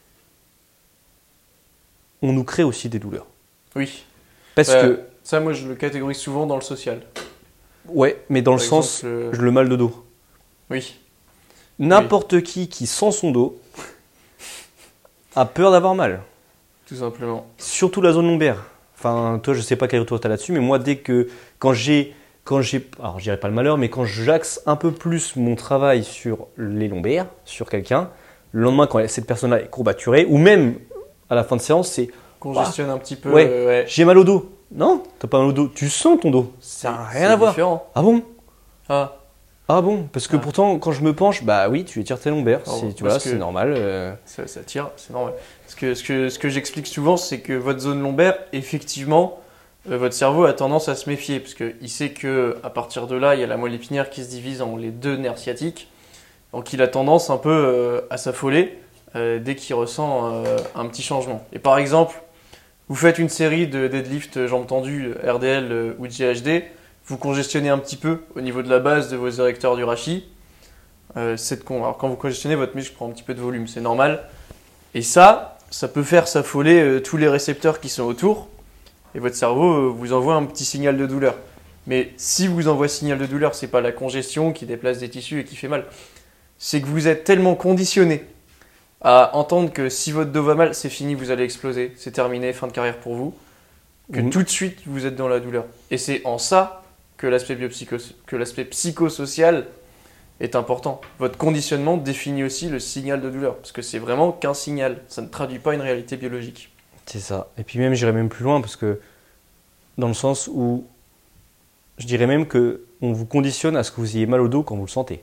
Speaker 1: on nous crée aussi des douleurs.
Speaker 2: Oui.
Speaker 1: Parce que
Speaker 2: ça, moi, je le catégorise souvent dans le social.
Speaker 1: Ouais, mais dans le sens, le mal de dos.
Speaker 2: Oui.
Speaker 1: N'importe qui sent son dos a peur d'avoir mal.
Speaker 2: Tout simplement.
Speaker 1: Surtout la zone lombaire. Enfin, toi, je sais pas quel retour tu as là-dessus, mais moi, quand j'ai, alors je dirais pas le malheur, mais quand j'axe un peu plus mon travail sur les lombaires, sur quelqu'un, le lendemain, quand cette personne-là est courbaturée, ou même à la fin de séance, c'est
Speaker 2: congestionne un petit peu.
Speaker 1: J'ai mal au dos. Non, t'as pas mal au dos. Tu sens ton dos. Ça n'a rien à voir.
Speaker 2: Différent.
Speaker 1: Ah bon?
Speaker 2: Ah.
Speaker 1: Ah bon? Parce que
Speaker 2: Ah.
Speaker 1: pourtant, quand je me penche, bah oui, tu étires tes lombaires.
Speaker 2: Alors,
Speaker 1: Tu vois,
Speaker 2: parce que
Speaker 1: c'est normal.
Speaker 2: ça tire, c'est normal. Ce que j'explique souvent, c'est que votre zone lombaire, effectivement, votre cerveau a tendance à se méfier, parce qu'il sait que à partir de là, il y a la moelle épinière qui se divise en les deux nerfs sciatiques. Donc il a tendance un peu à s'affoler dès qu'il ressent un petit changement. Et par exemple, vous faites une série de deadlift jambes tendues, RDL ou GHD, vous congestionnez un petit peu au niveau de la base de vos érecteurs du rachis. Alors quand vous congestionnez, votre muscle prend un petit peu de volume, c'est normal. Et ça peut faire s'affoler tous les récepteurs qui sont autour. Et votre cerveau vous envoie un petit signal de douleur. Mais si vous envoie signal de douleur, c'est pas la congestion qui déplace des tissus et qui fait mal. C'est que vous êtes tellement conditionné à entendre que si votre dos va mal, c'est fini, vous allez exploser, c'est terminé, fin de carrière pour vous, que tout de suite vous êtes dans la douleur. Et c'est en ça que l'aspect psychosocial est important. Votre conditionnement définit aussi le signal de douleur, parce que c'est vraiment qu'un signal, ça ne traduit pas une réalité biologique.
Speaker 1: C'est ça. Et puis même, j'irais même plus loin, parce que dans le sens où je dirais même que on vous conditionne à ce que vous ayez mal au dos quand vous le sentez.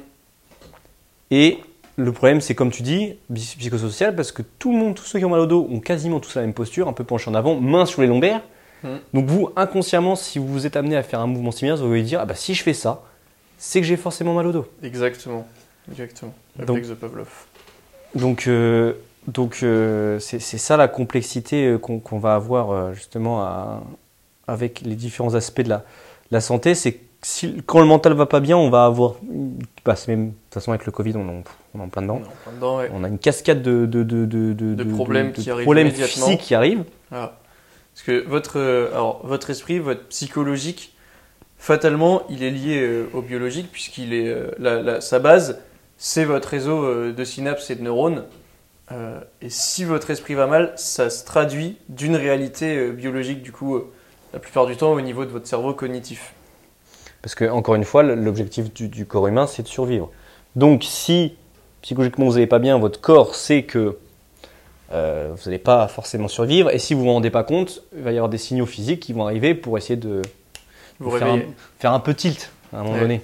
Speaker 1: Et le problème, c'est comme tu dis, psychosocial, parce que tout le monde, tous ceux qui ont mal au dos, ont quasiment tous la même posture, un peu penché en avant, main sur les lombaires. Donc vous, inconsciemment, si vous vous êtes amené à faire un mouvement similaire, vous allez dire, ah bah si je fais ça, c'est que j'ai forcément mal au dos.
Speaker 2: Exactement. Réflexe de Pavlov.
Speaker 1: Donc c'est ça la complexité qu'on va avoir justement avec les différents aspects de la santé. C'est que quand le mental va pas bien, on va avoir, c'est même de toute façon avec le Covid, on est en plein dedans.
Speaker 2: Ouais.
Speaker 1: On a une cascade de
Speaker 2: problèmes
Speaker 1: physiques qui arrivent.
Speaker 2: Voilà. Parce que votre esprit, votre psychologique, fatalement, il est lié au biologique, puisqu'il est sa base, c'est votre réseau de synapses et de neurones. Et si votre esprit va mal, ça se traduit d'une réalité biologique, du coup, la plupart du temps au niveau de votre cerveau cognitif.
Speaker 1: Parce que, encore une fois, l'objectif du corps humain, c'est de survivre. Donc, si psychologiquement vous n'allez pas bien, votre corps sait que vous n'allez pas forcément survivre. Et si vous ne vous rendez pas compte, il va y avoir des signaux physiques qui vont arriver pour essayer de faire un peu tilt à un moment donné.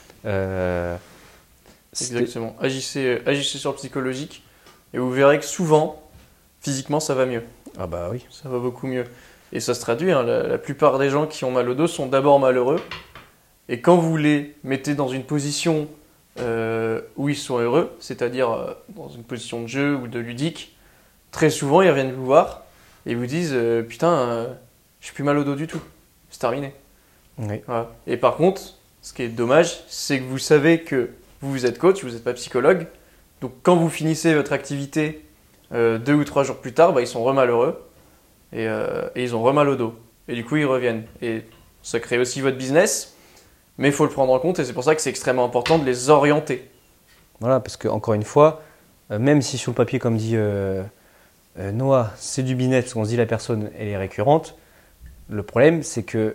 Speaker 2: Exactement. Agissez sur le psychologique et vous verrez que souvent, physiquement, ça va mieux.
Speaker 1: Ah bah oui.
Speaker 2: Ça va beaucoup mieux. Et ça se traduit, hein, la plupart des gens qui ont mal au dos sont d'abord malheureux. Et quand vous les mettez dans une position où ils sont heureux, c'est-à-dire dans une position de jeu ou de ludique, très souvent ils reviennent vous voir et vous disent putain, j'ai plus mal au dos du tout, c'est terminé.
Speaker 1: Oui.
Speaker 2: Voilà. Et par contre, ce qui est dommage, c'est que vous savez que vous êtes coach, vous n'êtes pas psychologue, donc quand vous finissez votre activité 2 ou 3 jours plus tard, ils sont remalheureux et ils ont remal au dos. Et du coup, ils reviennent. Et ça crée aussi votre business, mais il faut le prendre en compte et c'est pour ça que c'est extrêmement important de les orienter.
Speaker 1: Voilà, parce que encore une fois, même si sur le papier, comme dit Noah, c'est du business, parce qu'on se dit la personne elle est récurrente, le problème c'est que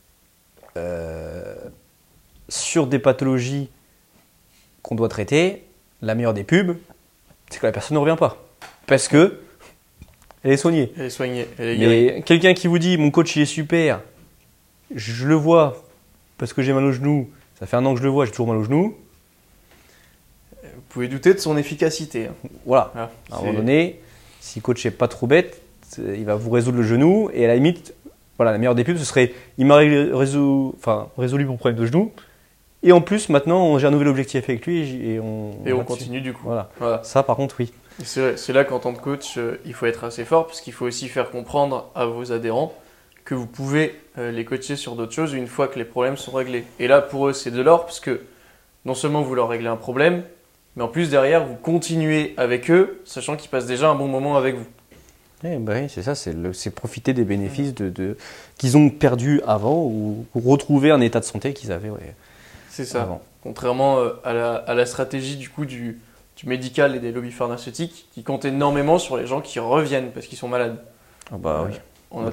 Speaker 1: sur des pathologies qu'on doit traiter, la meilleure des pubs, c'est que la personne ne revient pas. Parce que elle est soignée.
Speaker 2: Elle est soignée, elle est guérie.
Speaker 1: Mais quelqu'un qui vous dit mon coach il est super, je le vois parce que j'ai mal au genou, ça fait 1 an que je le vois, j'ai toujours mal au genou.
Speaker 2: Vous pouvez douter de son efficacité.
Speaker 1: Voilà. À un moment donné, si le coach n'est pas trop bête, il va vous résoudre le genou et à la limite, voilà, la meilleure des pubs, ce serait il m'a résolu mon problème de genou. Et en plus, maintenant, j'ai un nouvel objectif avec lui et on
Speaker 2: continue du coup.
Speaker 1: Voilà. Ça, par contre, oui.
Speaker 2: C'est là qu'en tant que coach, il faut être assez fort parce qu'il faut aussi faire comprendre à vos adhérents que vous pouvez les coacher sur d'autres choses une fois que les problèmes sont réglés. Et là, pour eux, c'est de l'or parce que non seulement vous leur réglez un problème, mais en plus, derrière, vous continuez avec eux, sachant qu'ils passent déjà un bon moment avec vous.
Speaker 1: Oui, c'est ça, c'est profiter des bénéfices qu'ils ont perdus avant ou retrouver un état de santé qu'ils avaient
Speaker 2: c'est ça.
Speaker 1: Avant.
Speaker 2: Contrairement à la stratégie du coup du médical et des lobbies pharmaceutiques qui comptent énormément sur les gens qui reviennent parce qu'ils sont malades.
Speaker 1: Ah bah oui.
Speaker 2: On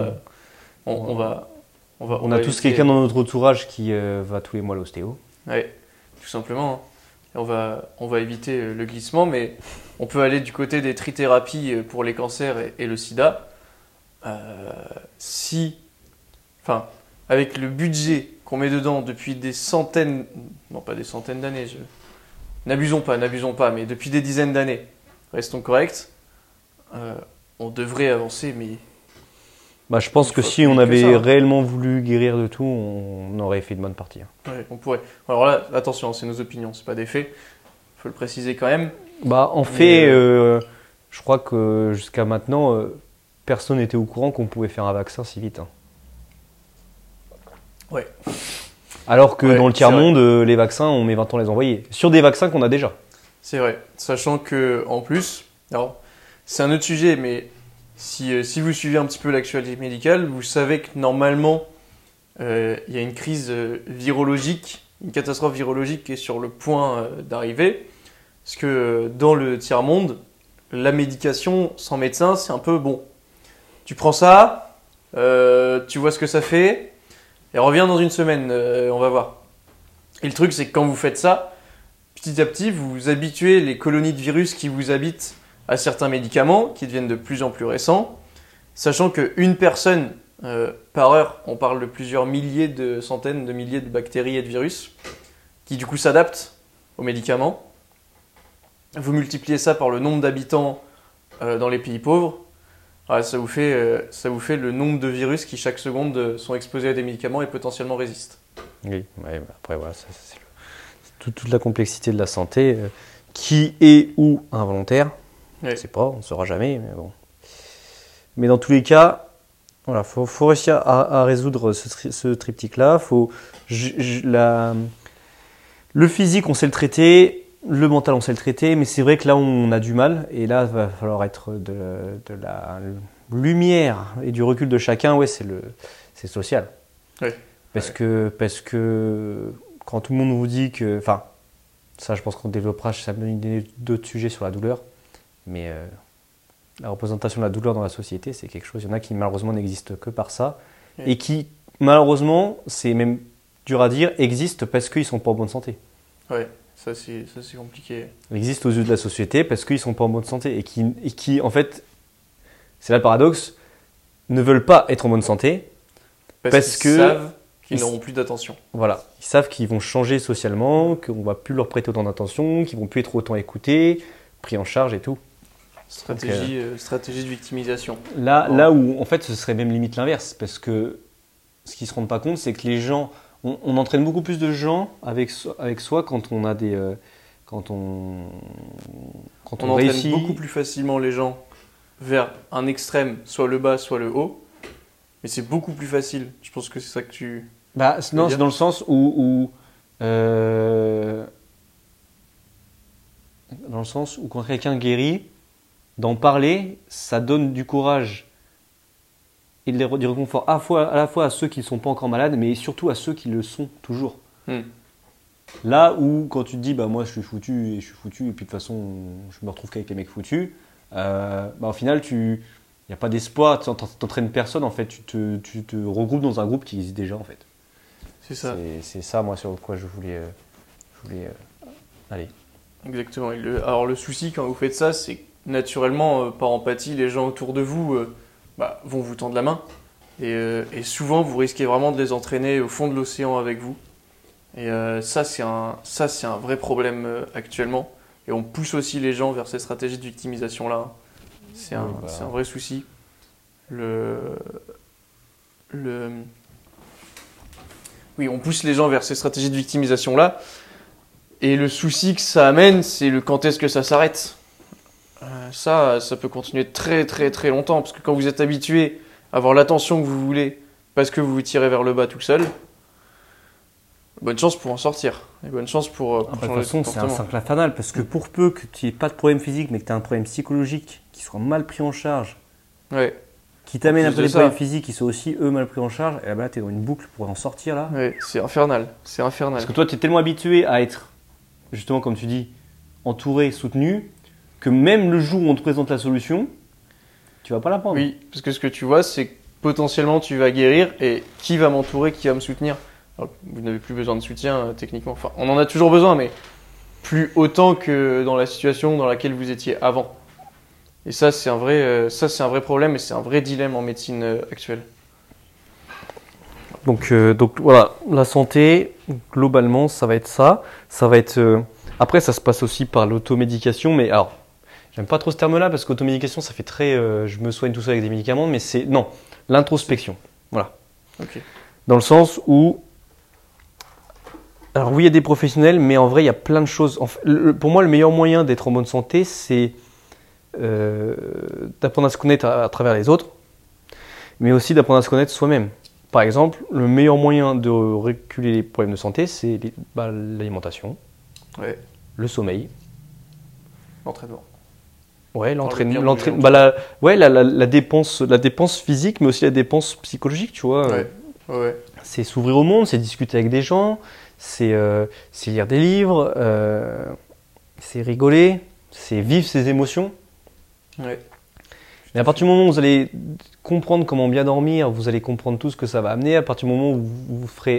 Speaker 2: a
Speaker 1: tous quelqu'un dans notre entourage qui va tous les mois à l'ostéo.
Speaker 2: Oui, tout simplement. On va éviter le glissement, mais on peut aller du côté des trithérapies pour les cancers et le sida. Avec le budget qu'on met dedans depuis des centaines, non pas des centaines d'années, n'abusons pas, mais depuis des dizaines d'années, restons corrects, on devrait avancer, mais...
Speaker 1: Bah, je pense que si on avait réellement voulu guérir de tout, on aurait fait une bonne partie.
Speaker 2: Ouais, on pourrait. Alors là, attention, c'est nos opinions, c'est pas des faits. Faut le préciser quand même.
Speaker 1: Bah, en fait, je crois que jusqu'à maintenant, personne n'était au courant qu'on pouvait faire un vaccin si vite.
Speaker 2: Ouais.
Speaker 1: Alors que dans le tiers-monde, les vaccins, on met 20 ans à les envoyer. Sur des vaccins qu'on a déjà.
Speaker 2: C'est vrai. Sachant que, en plus, alors, c'est un autre sujet, mais si vous suivez un petit peu l'actualité médicale, vous savez que normalement, il y a une crise virologique, une catastrophe virologique qui est sur le point d'arriver. Parce que dans le tiers-monde, la médication sans médecin, c'est un peu bon. Tu prends ça, tu vois ce que ça fait, et reviens dans une semaine, on va voir. Et le truc, c'est que quand vous faites ça, petit à petit, vous habituez les colonies de virus qui vous habitent à certains médicaments qui deviennent de plus en plus récents, sachant qu'une personne par heure, on parle de plusieurs milliers, de centaines de milliers de bactéries et de virus, qui du coup s'adaptent aux médicaments. Vous multipliez ça par le nombre d'habitants dans les pays pauvres, ça vous fait le nombre de virus qui chaque seconde sont exposés à des médicaments et potentiellement résistent.
Speaker 1: Oui, après voilà, c'est toute la complexité de la santé, qui est ou involontaire, je ne sais pas, on ne saura jamais, mais bon. Mais dans tous les cas, voilà, faut réussir à résoudre ce triptyque-là. Le physique, on sait le traiter, le mental, on sait le traiter, mais c'est vrai que là, on a du mal, et là, il va falloir être de la lumière et du recul de chacun, c'est social.
Speaker 2: Oui.
Speaker 1: Parce que quand tout le monde vous dit que... Enfin, ça je pense qu'on développera d'autres sujets sur la douleur, mais la représentation de la douleur dans la société, c'est quelque chose, il y en a qui malheureusement n'existent que par ça, et qui malheureusement, c'est même dur à dire, existent parce qu'ils ne sont pas en bonne santé.
Speaker 2: Ouais, ça c'est compliqué.
Speaker 1: Ils existent aux yeux de la société parce qu'ils ne sont pas en bonne santé, et qui en fait, c'est là le paradoxe, ne veulent pas être en bonne santé, parce qu'ils
Speaker 2: savent qu'ils n'auront plus d'attention.
Speaker 1: Voilà, ils savent qu'ils vont changer socialement, qu'on ne va plus leur prêter autant d'attention, qu'ils ne vont plus être autant écoutés, pris en charge et tout.
Speaker 2: Stratégie de victimisation.
Speaker 1: Là où, en fait, ce serait même limite l'inverse, parce que ce qu'ils ne se rendent pas compte, c'est que les gens, on entraîne beaucoup plus de gens avec soi quand on a des... quand on
Speaker 2: entraîne
Speaker 1: réussit.
Speaker 2: Beaucoup plus facilement les gens vers un extrême, soit le bas, soit le haut. Mais c'est beaucoup plus facile. Je pense que c'est ça que tu...
Speaker 1: Non, c'est dans le sens où quand quelqu'un guérit, d'en parler, ça donne du courage et du réconfort à la fois à ceux qui ne sont pas encore malades, mais surtout à ceux qui le sont toujours. Là où, quand tu te dis, moi je suis foutu, et puis de toute façon, je me retrouve qu'avec les mecs foutus, au final, il n'y a pas d'espoir, tu n'entraînes personne, en fait, tu te regroupes dans un groupe qui existe déjà, en fait.
Speaker 2: C'est ça.
Speaker 1: C'est ça, moi, sur quoi je voulais aller.
Speaker 2: Exactement. Alors, le souci, quand vous faites ça, c'est que naturellement, par empathie, les gens autour de vous vont vous tendre la main. Et souvent, vous risquez vraiment de les entraîner au fond de l'océan avec vous. Et ça, c'est un vrai problème actuellement. Et on pousse aussi les gens vers ces stratégies de victimisation-là. C'est un vrai souci. Oui, on pousse les gens vers ces stratégies de victimisation-là. Et le souci que ça amène, c'est le quand est-ce que ça s'arrête. Ça peut continuer très très très longtemps. Parce que quand vous êtes habitué à avoir l'attention que vous voulez, parce que vous vous tirez vers le bas tout seul, bonne chance pour en sortir. Et bonne chance pour
Speaker 1: changer de toute façon, c'est un cercle infernal. Parce que pour peu que tu n'aies pas de problème physique, mais que tu aies un problème psychologique qui soit mal pris en charge, qui t'amène un peu des problèmes physiques qui sont aussi eux mal pris en charge, et là tu es dans une boucle pour en sortir là.
Speaker 2: Ouais, c'est infernal.
Speaker 1: Parce que toi tu es tellement habitué à être, justement comme tu dis, entouré, soutenu, que même le jour où on te présente la solution, tu vas pas la prendre.
Speaker 2: Oui, parce que ce que tu vois, c'est que potentiellement tu vas guérir, et qui va m'entourer, qui va me soutenir. Alors, vous n'avez plus besoin de soutien techniquement. Enfin, on en a toujours besoin, mais plus autant que dans la situation dans laquelle vous étiez avant. Et ça, c'est un vrai problème et c'est un vrai dilemme en médecine actuelle.
Speaker 3: Donc voilà, la santé, globalement, ça va être ça. Ça va être. Après, ça se passe aussi par l'automédication, mais alors, j'aime pas trop ce terme-là parce qu'automédication, ça fait très. Je me soigne tout seul avec des médicaments, mais c'est. Non, l'introspection. Voilà.
Speaker 2: Ok.
Speaker 3: Dans le sens où. Alors, oui, il y a des professionnels, mais en vrai, il y a plein de choses. Pour moi, le meilleur moyen d'être en bonne santé, c'est d'apprendre à se connaître à travers les autres, mais aussi d'apprendre à se connaître soi-même. Par exemple, le meilleur moyen de reculer les problèmes de santé, c'est l'alimentation,
Speaker 2: Ouais.
Speaker 3: le sommeil,
Speaker 2: L'entraînement.
Speaker 3: ouais,
Speaker 2: bien
Speaker 3: l'entraînement,
Speaker 2: manger.
Speaker 3: la dépense physique, mais aussi la dépense psychologique, tu vois.
Speaker 2: Ouais.
Speaker 3: C'est s'ouvrir au monde, c'est discuter avec des gens, c'est lire des livres, c'est rigoler, c'est vivre ses émotions.
Speaker 2: Ouais.
Speaker 3: Mais à partir du moment où vous allez comprendre comment bien dormir, vous allez comprendre tout ce que ça va amener. À partir du moment où vous ferez,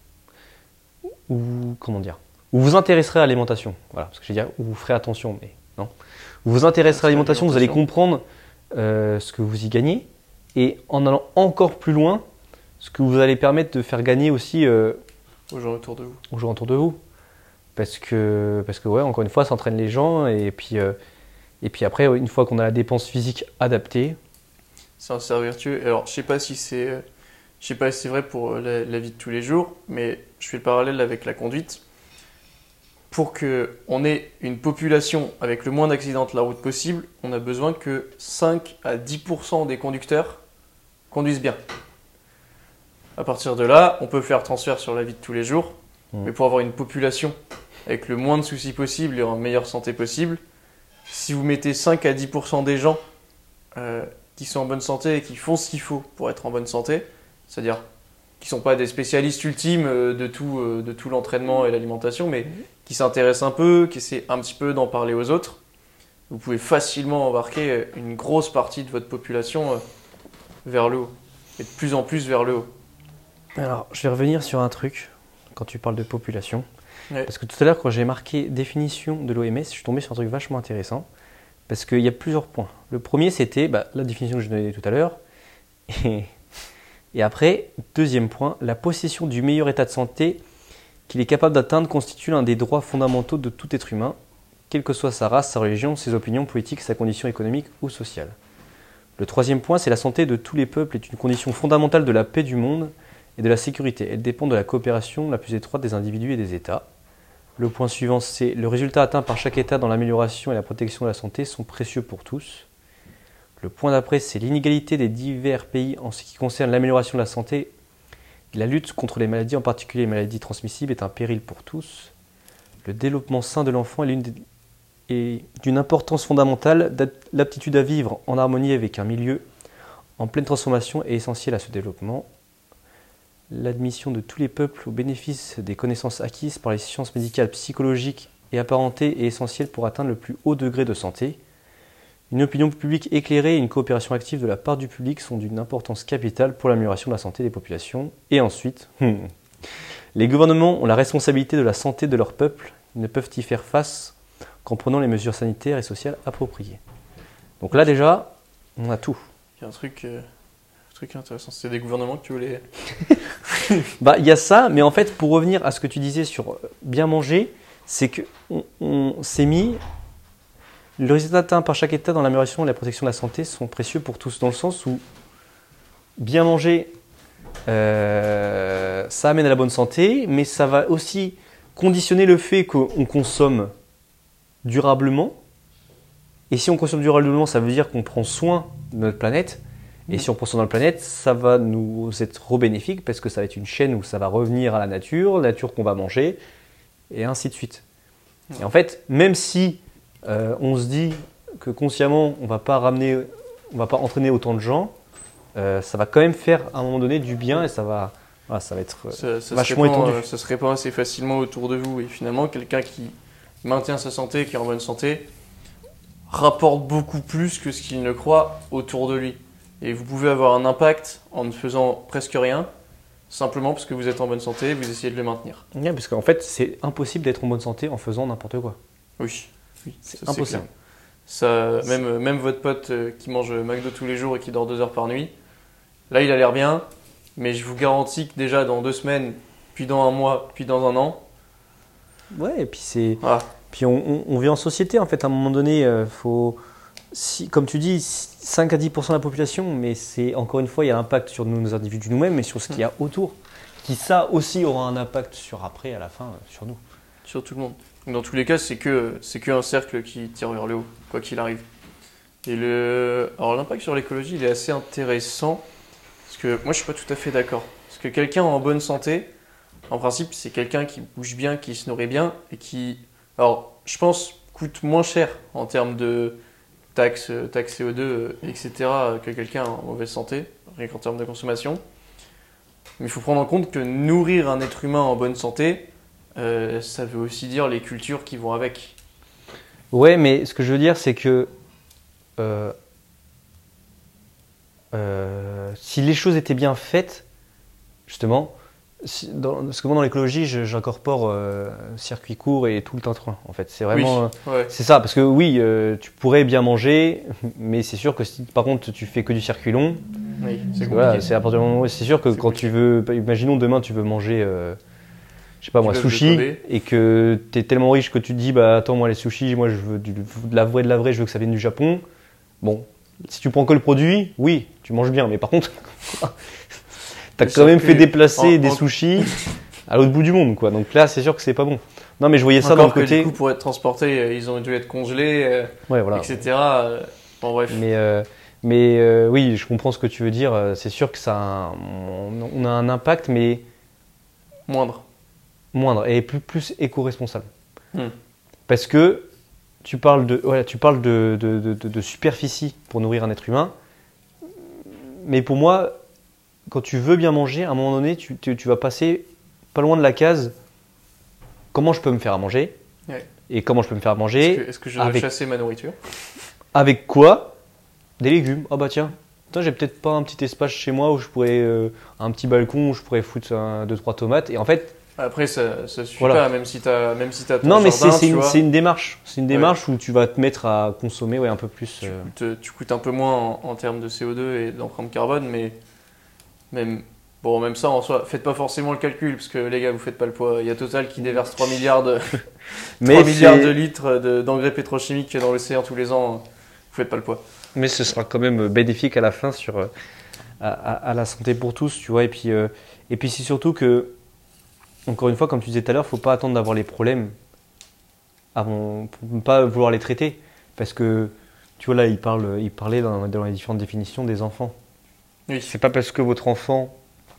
Speaker 3: comment dire, où vous intéresserez à l'alimentation. Voilà, parce que je vais dire où vous ferez attention, mais non. Où vous intéresserez à l'alimentation, vous allez comprendre ce que vous y gagnez, et en allant encore plus loin, ce que vous allez permettre de faire gagner aussi
Speaker 2: aux gens autour de vous.
Speaker 3: Aux gens autour de vous. Parce que ouais, encore une fois, ça entraîne les gens, et puis après, une fois qu'on a la dépense physique adaptée,
Speaker 2: c'est un cercle vertueux. Alors, je sais pas si c'est vrai pour la vie de tous les jours, mais je fais le parallèle avec la conduite. Pour qu'on ait une population avec le moins d'accidents de la route possible, on a besoin que 5 à 10% des conducteurs conduisent bien. À partir de là, on peut faire transfert sur la vie de tous les jours, mais pour avoir une population avec le moins de soucis possible et en meilleure santé possible, si vous mettez 5 à 10% des gens qui sont en bonne santé et qui font ce qu'il faut pour être en bonne santé, c'est-à-dire qui ne sont pas des spécialistes ultimes de tout l'entraînement et l'alimentation, mais qui s'intéressent un peu, qui essaient un petit peu d'en parler aux autres, vous pouvez facilement embarquer une grosse partie de votre population vers le haut, et de plus en plus vers le haut.
Speaker 3: Alors, je vais revenir sur un truc quand tu parles de population.
Speaker 2: Ouais.
Speaker 3: Parce que tout à l'heure, quand j'ai marqué définition de l'OMS, je suis tombé sur un truc vachement intéressant. Parce qu'il y a plusieurs points. Le premier, c'était la définition que je donnais tout à l'heure. Et après, deuxième point, la possession du meilleur état de santé qu'il est capable d'atteindre constitue l'un des droits fondamentaux de tout être humain, quelle que soit sa race, sa religion, ses opinions politiques, sa condition économique ou sociale. Le troisième point, c'est la santé de tous les peuples est une condition fondamentale de la paix du monde et de la sécurité. Elle dépend de la coopération la plus étroite des individus et des États. Le point suivant, c'est le résultat atteint par chaque État dans l'amélioration et la protection de la santé sont précieux pour tous. Le point d'après, c'est l'inégalité des divers pays en ce qui concerne l'amélioration de la santé. La lutte contre les maladies, en particulier les maladies transmissibles, est un péril pour tous. Le développement sain de l'enfant est d'une importance fondamentale. L'aptitude à vivre en harmonie avec un milieu en pleine transformation est essentielle à ce développement. L'admission de tous les peuples au bénéfice des connaissances acquises par les sciences médicales, psychologiques et apparentées est essentielle pour atteindre le plus haut degré de santé. Une opinion publique éclairée et une coopération active de la part du public sont d'une importance capitale pour l'amélioration de la santé des populations. Et ensuite, les gouvernements ont la responsabilité de la santé de leur peuple. Ils ne peuvent y faire face qu'en prenant les mesures sanitaires et sociales appropriées. Donc là déjà, on a tout.
Speaker 2: Il y a un truc intéressant, c'est des gouvernements que tu voulais...
Speaker 3: Il y a ça, mais en fait, pour revenir à ce que tu disais sur bien manger, c'est qu'on s'est mis... Le résultat atteint par chaque État dans l'amélioration et la protection de la santé sont précieux pour tous, dans le sens où bien manger, ça amène à la bonne santé, mais ça va aussi conditionner le fait qu'on consomme durablement. Et si on consomme durablement, ça veut dire qu'on prend soin de notre planète. Et si on prend soin de notre planète, ça va nous être bénéfique parce que ça va être une chaîne où ça va revenir à la nature qu'on va manger, et ainsi de suite. Et en fait, même si on se dit que consciemment, on va pas entraîner autant de gens, ça va quand même faire à un moment donné du bien et ça va être vachement étendu.
Speaker 2: Ça se répand assez facilement autour de vous. Et finalement, quelqu'un qui maintient sa santé, qui est en bonne santé, rapporte beaucoup plus que ce qu'il ne croit autour de lui. Et vous pouvez avoir un impact en ne faisant presque rien, simplement parce que vous êtes en bonne santé et vous essayez de le maintenir.
Speaker 3: Oui, parce qu'en fait, c'est impossible d'être en bonne santé en faisant n'importe quoi.
Speaker 2: Oui,
Speaker 3: c'est impossible.
Speaker 2: Même votre pote qui mange McDo tous les jours et qui dort 2 heures par nuit, là il a l'air bien, mais je vous garantis que déjà dans 2 semaines, puis dans un mois, puis dans un an.
Speaker 3: Ouais, et puis c'est.
Speaker 2: Voilà.
Speaker 3: Puis on vit en société en fait. À un moment donné, faut. Comme tu dis, 5 à 10% de la population, mais c'est encore une fois, il y a l'impact sur nos individus nous-mêmes, mais sur ce qu'il y a autour, qui ça aussi aura un impact sur après, à la fin, sur nous.
Speaker 2: Sur tout le monde. Dans tous les cas, c'est que un cercle qui tire vers le haut, quoi qu'il arrive. Et alors l'impact sur l'écologie, il est assez intéressant, parce que moi je suis pas tout à fait d'accord. Parce que quelqu'un en bonne santé, en principe, c'est quelqu'un qui bouge bien, qui se nourrit bien, et qui, alors je pense, coûte moins cher en termes de taxes CO2, etc., que quelqu'un en mauvaise santé, rien qu'en termes de consommation. Mais il faut prendre en compte que nourrir un être humain en bonne santé, ça veut aussi dire les cultures qui vont avec.
Speaker 3: Ouais, mais ce que je veux dire, c'est que si les choses étaient bien faites, justement, parce que moi dans l'écologie, j'incorpore circuit court et tout le tintouin. En fait, c'est vraiment,
Speaker 2: ouais.
Speaker 3: c'est ça. Parce que oui, tu pourrais bien manger, mais c'est sûr que si par contre tu fais que du circuit long,
Speaker 2: oui, c'est compliqué.
Speaker 3: voilà, c'est à partir du moment où c'est sûr que quand tu veux, imaginons demain tu veux manger, je sais pas moi, sushi, et que tu es tellement riche que tu te dis bah attends moi les sushis, moi je veux de la vraie, je veux que ça vienne du Japon. Bon, si tu prends que le produit, oui, tu manges bien, mais par contre. T'as quand même fait déplacer des sushis à l'autre bout du monde, quoi. Donc là, c'est sûr que c'est pas bon. Non, mais je voyais ça dans le côté.
Speaker 2: Du coup, pour être transportés, ils ont dû être congelés,
Speaker 3: ouais, voilà.
Speaker 2: etc. Bon, bref.
Speaker 3: Mais oui, je comprends ce que tu veux dire. C'est sûr que on a un impact, mais moindre et plus éco-responsable. Parce que tu parles de superficie pour nourrir un être humain, mais pour moi. Quand tu veux bien manger, à un moment donné, tu vas passer pas loin de la case comment je peux me faire à manger et comment je peux me faire à manger.
Speaker 2: Est-ce que je dois chasser ma nourriture?
Speaker 3: Avec quoi? Des légumes. Ah bah tiens, j'ai peut-être pas un petit espace chez moi où je pourrais un petit balcon où je pourrais foutre 2-3 tomates et en fait.
Speaker 2: Après ça suffit pas même si t'as ton
Speaker 3: non mais
Speaker 2: jardin,
Speaker 3: c'est une démarche. C'est une démarche où tu vas te mettre à consommer un peu plus.
Speaker 2: Tu coûtes un peu moins en termes de CO2 et d'empreinte carbone, mais même ça en soi, faites pas forcément le calcul parce que les gars vous faites pas le poids. Il y a Total qui déverse 3 milliards de 3 milliards de litres d'engrais pétrochimiques dans l'océan tous les ans. Vous faites pas le poids.
Speaker 3: Mais ce sera quand même bénéfique à la fin sur à la santé pour tous, tu vois. Et puis c'est surtout que encore une fois, comme tu disais tout à l'heure, faut pas attendre d'avoir les problèmes avant pour ne pas vouloir les traiter parce que tu vois là il parlait dans les différentes définitions des enfants.
Speaker 2: Oui.
Speaker 3: C'est pas parce que votre enfant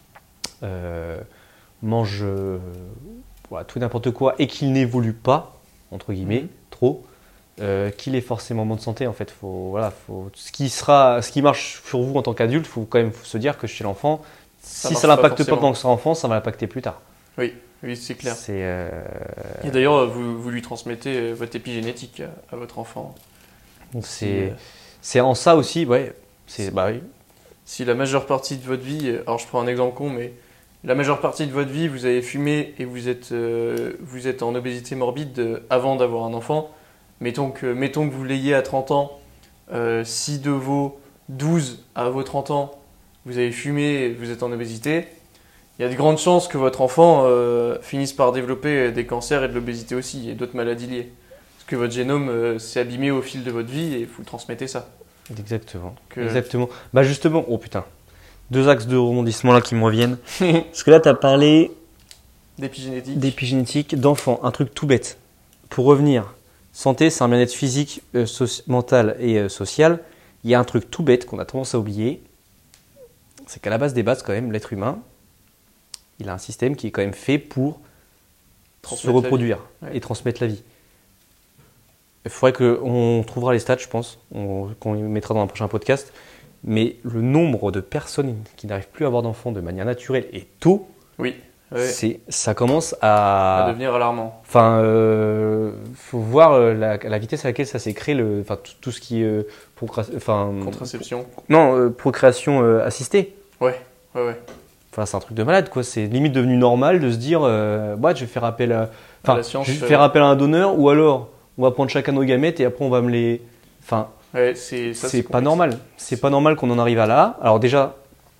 Speaker 3: mange tout n'importe quoi et qu'il n'évolue pas, entre guillemets, trop, qu'il est forcément en bonne santé. En fait, ce qui marche sur vous en tant qu'adulte, il faut quand même se dire que chez l'enfant, si ça l'impacte pas pendant que c'est enfant, ça va l'impacter plus tard.
Speaker 2: Oui, c'est clair.
Speaker 3: Et
Speaker 2: d'ailleurs, vous lui transmettez votre épigénétique à votre enfant.
Speaker 3: C'est en ça aussi, ouais. Oui.
Speaker 2: Si la majeure partie de votre vie, alors je prends un exemple con, mais la majeure partie de votre vie, vous avez fumé et vous êtes en obésité morbide avant d'avoir un enfant, mettons que vous l'ayez à 30 ans, si de vos 12 à vos 30 ans, vous avez fumé et vous êtes en obésité, il y a de grandes chances que votre enfant finisse par développer des cancers et de l'obésité aussi, et d'autres maladies liées. Parce que votre génome s'est abîmé au fil de votre vie et vous transmettez ça.
Speaker 3: Exactement. Exactement. Bah justement, oh putain, 2 axes de rebondissement là qui me reviennent. Parce que là, tu as parlé d'épigénétique, d'enfants, un truc tout bête. Pour revenir, santé, c'est un bien-être physique, mental et social. Il y a un truc tout bête qu'on a tendance à oublier, c'est qu'à la base des bases, quand même, l'être humain, il a un système qui est quand même fait pour se reproduire et transmettre la vie. Il faudrait qu'on trouvera les stats, je pense, qu'on mettra dans un prochain podcast. Mais le nombre de personnes qui n'arrivent plus à avoir d'enfants de manière naturelle et tôt, ça commence à
Speaker 2: devenir alarmant.
Speaker 3: Enfin, faut voir la vitesse à laquelle ça s'est créé, tout ce qui est
Speaker 2: contraception.
Speaker 3: Non, procréation assistée.
Speaker 2: Ouais.
Speaker 3: Enfin, c'est un truc de malade, quoi. C'est limite devenu normal de se dire, je vais faire appel à un donneur, ou alors on va prendre chacun nos gamètes et après on va me les. Enfin, c'est pas normal. C'est pas normal qu'on en arrive à là. Alors déjà,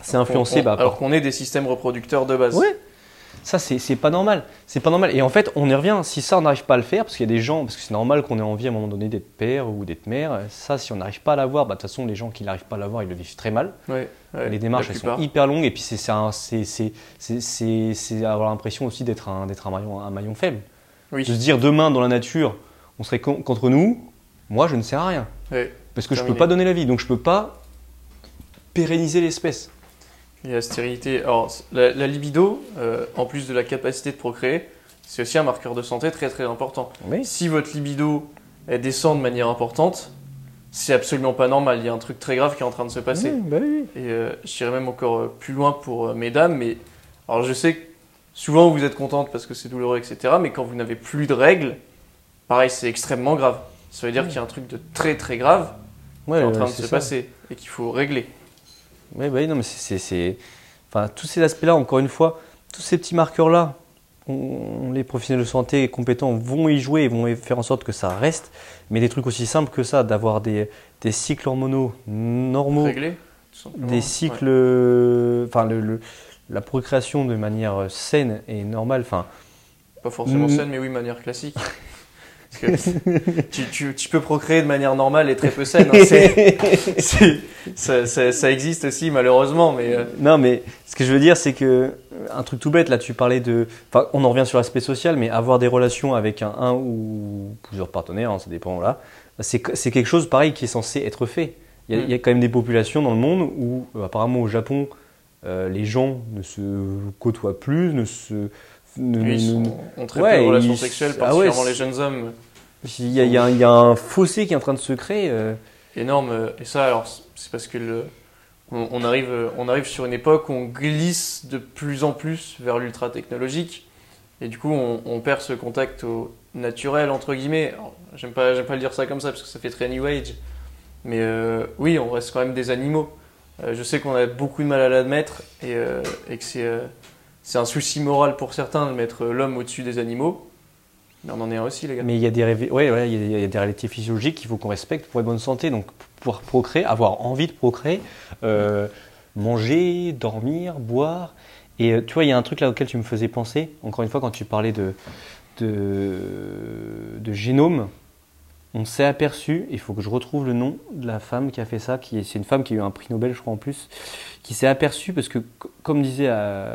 Speaker 3: C'est influencé
Speaker 2: alors qu'on est des systèmes reproducteurs de base.
Speaker 3: Ouais. Ça, c'est pas normal. C'est pas normal. Et en fait, on y revient. Si ça, on n'arrive pas à le faire, parce qu'il y a des gens, parce que c'est normal qu'on ait envie à un moment donné d'être père ou d'être mère. Ça, si on n'arrive pas à l'avoir, de toute façon, les gens qui n'arrivent pas à l'avoir, ils le vivent très mal.
Speaker 2: Ouais,
Speaker 3: les démarches, elles sont hyper longues. Et puis, c'est avoir l'impression aussi d'être un maillon faible.
Speaker 2: Oui.
Speaker 3: De se dire, demain, dans la nature, on serait contre nous. Moi, je ne sers à rien.
Speaker 2: Ouais.
Speaker 3: Parce que je ne peux pas donner la vie. Donc, je ne peux pas pérenniser l'espèce.
Speaker 2: Et la stérilité. Alors, la libido, en plus de la capacité de procréer, c'est aussi un marqueur de santé très très important.
Speaker 3: Oui.
Speaker 2: Si votre libido elle descend de manière importante, c'est absolument pas normal. Il y a un truc très grave qui est en train de se passer.
Speaker 3: Oui.
Speaker 2: Et j'irais même encore plus loin pour mesdames. Mais alors, je sais que souvent vous êtes contente parce que c'est douloureux, etc. Mais quand vous n'avez plus de règles, pareil, c'est extrêmement grave. Ça veut dire qu'il y a un truc de très très grave qui est en train de se passer et qu'il faut régler.
Speaker 3: Oui, non, mais enfin, tous ces aspects-là, encore une fois, tous ces petits marqueurs-là, les professionnels de santé compétents vont y jouer et vont faire en sorte que ça reste. Mais des trucs aussi simples que ça, d'avoir des cycles hormonaux normaux,
Speaker 2: Régler, tout simplement.
Speaker 3: des cycles, enfin, la procréation de manière saine et normale, enfin.
Speaker 2: Pas forcément saine, mais oui, de manière classique. Parce que tu peux procréer de manière normale et très peu saine. Hein. Ça existe aussi, malheureusement. Mais
Speaker 3: Non, mais ce que je veux dire, c'est que, un truc tout bête, là, tu parlais de. Enfin, on en revient sur l'aspect social, mais avoir des relations avec un ou plusieurs partenaires, hein, ça dépend, là, c'est quelque chose, pareil, qui est censé être fait. Il y a quand même des populations dans le monde où, apparemment, au Japon, les gens ne se côtoient plus,
Speaker 2: on traite de relations sexuelles, particulièrement les jeunes hommes.
Speaker 3: Il y a un fossé qui est en train de se créer.
Speaker 2: Énorme. Et ça, alors, c'est parce que on arrive sur une époque où on glisse de plus en plus vers l'ultra technologique. Et du coup, on perd ce contact au naturel, entre guillemets. Alors, j'aime pas le dire ça comme ça parce que ça fait très New Age. Mais oui, on reste quand même des animaux. Je sais qu'on a beaucoup de mal à l'admettre et que c'est un souci moral pour certains de mettre l'homme au-dessus des animaux. Mais on en est un aussi, les gars.
Speaker 3: Mais il y a des réalités physiologiques qu'il faut qu'on respecte pour être bonne santé. Donc, pouvoir procréer, avoir envie de procréer, manger, dormir, boire. Et tu vois, il y a un truc là auquel tu me faisais penser, encore une fois, quand tu parlais de génome. On s'est aperçu, il faut que je retrouve le nom de la femme qui a fait ça, c'est une femme qui a eu un prix Nobel, je crois, en plus, qui s'est aperçue, parce que, comme disait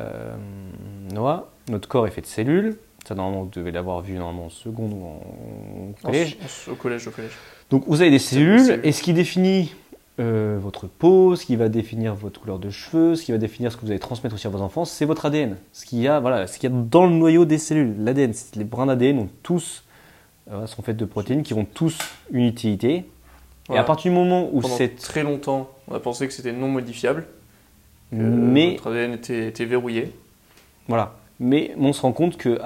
Speaker 3: Noah, notre corps est fait de cellules. Ça, normalement, vous devez l'avoir vu normalement en seconde ou en collège.
Speaker 2: Au collège.
Speaker 3: Donc, vous avez des cellules, et ce qui définit votre peau, ce qui va définir votre couleur de cheveux, ce qui va définir ce que vous allez transmettre aussi à vos enfants, c'est votre ADN. Ce qu'il y a dans le noyau des cellules. L'ADN, les brins d'ADN ont tous... sont faites de protéines qui ont tous une utilité.
Speaker 2: Voilà.
Speaker 3: Et à partir du moment où
Speaker 2: pendant
Speaker 3: c'est
Speaker 2: très longtemps, on a pensé que c'était non modifiable, que
Speaker 3: mais
Speaker 2: notre ADN était verrouillé.
Speaker 3: Voilà. Mais on se rend compte que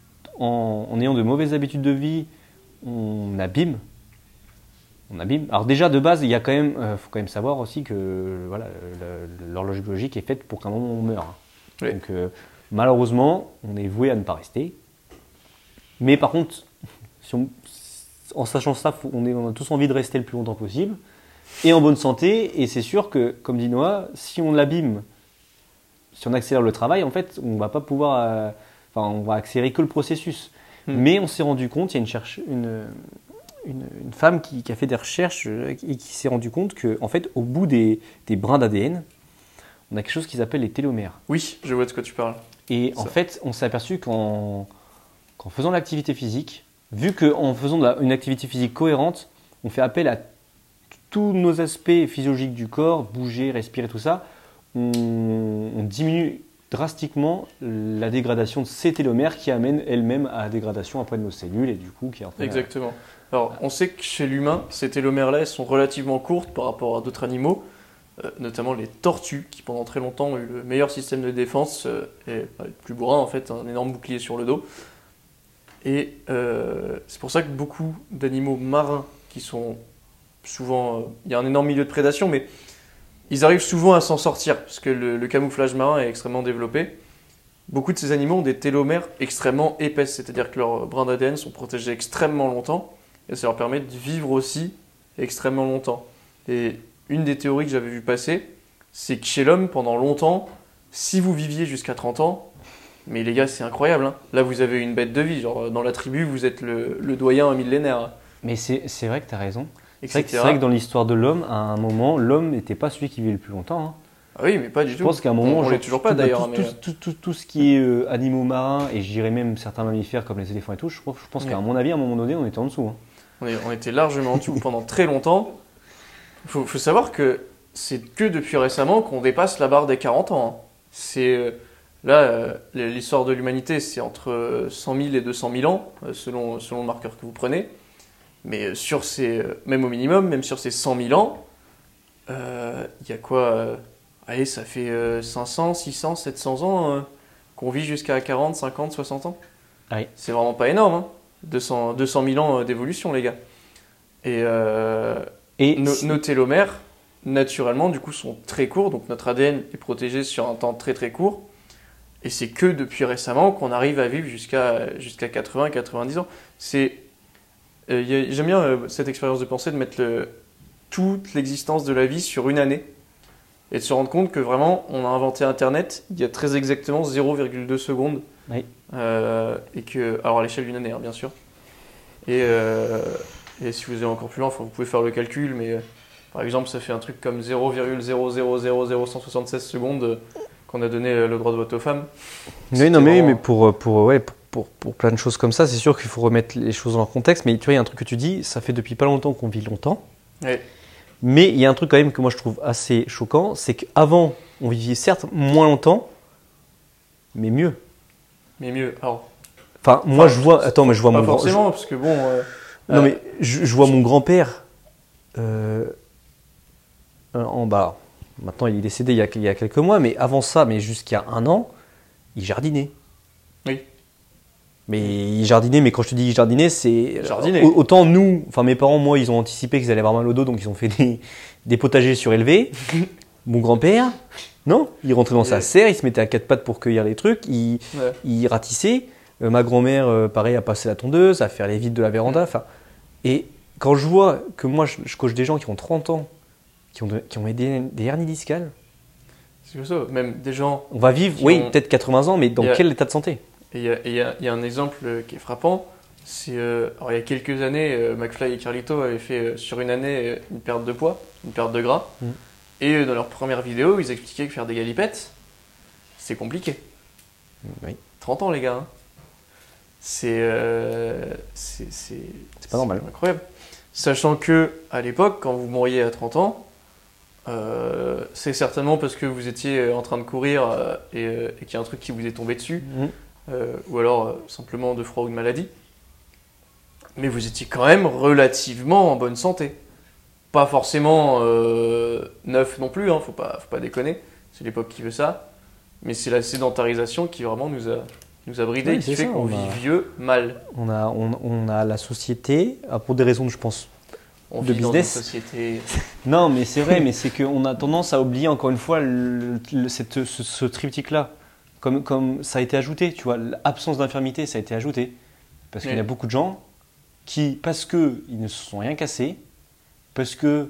Speaker 3: en ayant de mauvaises habitudes de vie, on abîme. Alors déjà de base, il y a quand même, faut quand même savoir aussi que voilà, l'horloge biologique est faite pour qu'à un moment on meure.
Speaker 2: Oui.
Speaker 3: Donc malheureusement, on est voué à ne pas rester. Mais par contre, en sachant ça, on a tous envie de rester le plus longtemps possible et en bonne santé. Et c'est sûr que, comme dit Noah, si on l'abîme, si on accélère le travail, en fait, on va pas pouvoir. On va accélérer que le processus. Mais on s'est rendu compte, il y a une femme qui a fait des recherches et qui s'est rendu compte que, en fait, au bout des brins d'ADN, on a quelque chose qu'ils appellent les télomères.
Speaker 2: Oui, je vois de quoi tu parles.
Speaker 3: Et en fait, on s'est aperçu qu'en faisant de l'activité physique, vu qu'en faisant une activité physique cohérente, on fait appel à tous nos aspects physiologiques du corps, bouger, respirer, tout ça, on diminue drastiquement la dégradation de ces télomères qui amènent elles-mêmes à la dégradation après de nos cellules et du coup qui entraîne.
Speaker 2: Exactement. Alors, on sait que chez l'humain, ces télomères-là sont relativement courtes par rapport à d'autres animaux, notamment les tortues qui pendant très longtemps ont eu le meilleur système de défense et le plus bourrin en fait, un énorme bouclier sur le dos. Et c'est pour ça que beaucoup d'animaux marins qui sont souvent... il y a un énorme milieu de prédation, mais ils arrivent souvent à s'en sortir, parce que le camouflage marin est extrêmement développé. Beaucoup de ces animaux ont des télomères extrêmement épaisses, c'est-à-dire que leurs brins d'ADN sont protégés extrêmement longtemps, et ça leur permet de vivre aussi extrêmement longtemps. Et une des théories que j'avais vu passer, c'est que chez l'homme, pendant longtemps, si vous viviez jusqu'à 30 ans, mais les gars, c'est incroyable. Hein. Là, vous avez une bête de vie. Genre, dans la tribu, vous êtes le doyen millénaire.
Speaker 3: Mais c'est vrai que tu as raison.
Speaker 2: Etc.
Speaker 3: C'est vrai que dans l'histoire de l'homme, à un moment, l'homme n'était pas celui qui vivait le plus longtemps. Hein.
Speaker 2: Ah oui, mais pas du tout.
Speaker 3: Je pense qu'à un moment,
Speaker 2: on l'est toujours pas d'ailleurs.
Speaker 3: Tout ce qui est animaux marins, et je dirais même certains mammifères comme les éléphants et tout, je pense qu'à mon avis, à un moment donné, on était en dessous. Hein.
Speaker 2: On était largement en dessous pendant très longtemps. Faut savoir que c'est que depuis récemment qu'on dépasse la barre des 40 ans. Hein. C'est l'histoire de l'humanité, c'est entre 100 000 et 200 000 ans, selon le marqueur que vous prenez. Mais sur même au minimum, même sur ces 100 000 ans, il y a quoi allez, ça fait 500, 600, 700 ans qu'on vit jusqu'à 40, 50, 60 ans.
Speaker 3: Ah oui.
Speaker 2: C'est vraiment pas énorme. Hein. 200 000 ans d'évolution, les gars. Et nos télomères, naturellement, du coup, sont très courts. Donc notre ADN est protégé sur un temps très très court. Et c'est que depuis récemment qu'on arrive à vivre jusqu'à 80, 90 ans. J'aime bien cette expérience de pensée de mettre toute l'existence de la vie sur une année et de se rendre compte que vraiment on a inventé Internet il y a très exactement 0,2 secondes.
Speaker 3: Oui.
Speaker 2: Et que, alors à l'échelle d'une année, hein, bien sûr. Et si vous allez encore plus loin, vous pouvez faire le calcul, mais par exemple, ça fait un truc comme 0,0000176 secondes qu'on a donné le droit de vote aux femmes.
Speaker 3: Oui, non, mais pour plein de choses comme ça, c'est sûr qu'il faut remettre les choses dans leur contexte. Mais tu vois, il y a un truc que tu dis, ça fait depuis pas longtemps qu'on vit longtemps.
Speaker 2: Oui.
Speaker 3: Mais il y a un truc quand même que moi je trouve assez choquant, c'est qu'avant, on vivait certes moins longtemps, mais mieux.
Speaker 2: Mais mieux, alors.
Speaker 3: Enfin, moi je vois. Attends, mais je vois
Speaker 2: pas
Speaker 3: mon
Speaker 2: forcément, parce que bon.
Speaker 3: Non, mais je vois mon grand-père en bas. Maintenant, il est décédé il y a quelques mois, mais avant ça, mais jusqu'à un an, il jardinait.
Speaker 2: Oui.
Speaker 3: Mais il jardinait, mais quand je te dis jardinait, c'est.
Speaker 2: Jardiner.
Speaker 3: Autant nous, enfin mes parents, moi, ils ont anticipé qu'ils allaient avoir mal au dos, donc ils ont fait des potagers surélevés. Mon grand-père, non, il rentrait dans sa serre, il se mettait à quatre pattes pour cueillir les trucs, il ratissait. Ma grand-mère, pareil, a passé la tondeuse, à faire les vides de la véranda. Enfin, et quand je vois que moi, je coach des gens qui ont 30 ans, qui ont des hernies discales.
Speaker 2: C'est ça, même des gens.
Speaker 3: On va vivre, oui, peut-être 80 ans, mais dans quel état de santé?
Speaker 2: Et il y a un exemple qui est frappant. Alors, il y a quelques années, McFly et Carlito avaient fait sur une année une perte de poids, une perte de gras. Et dans leur première vidéo, ils expliquaient que faire des galipettes, c'est compliqué.
Speaker 3: Oui.
Speaker 2: 30 ans, les gars. Hein. C'est
Speaker 3: pas normal.
Speaker 2: Incroyable. Sachant que à l'époque, quand vous mouriez à 30 ans, c'est certainement parce que vous étiez en train de courir et qu'il y a un truc qui vous est tombé dessus, ou alors simplement de froid ou de maladie. Mais vous étiez quand même relativement en bonne santé. Pas forcément neuf non plus, hein, faut pas déconner. C'est l'époque qui veut ça. Mais c'est la sédentarisation qui vraiment nous a bridés,
Speaker 3: oui,
Speaker 2: qui fait qu'on vit vieux mal.
Speaker 3: On a la société, pour des raisons, je pense,
Speaker 2: on
Speaker 3: de
Speaker 2: vit
Speaker 3: business.
Speaker 2: Dans une société...
Speaker 3: Non, mais c'est vrai, mais c'est qu'on a tendance à oublier encore une fois ce triptyque-là. Comme ça a été ajouté, tu vois, l'absence d'infirmité, ça a été ajouté. Parce qu'il y a beaucoup de gens qui, parce qu'ils ne se sont rien cassés, parce que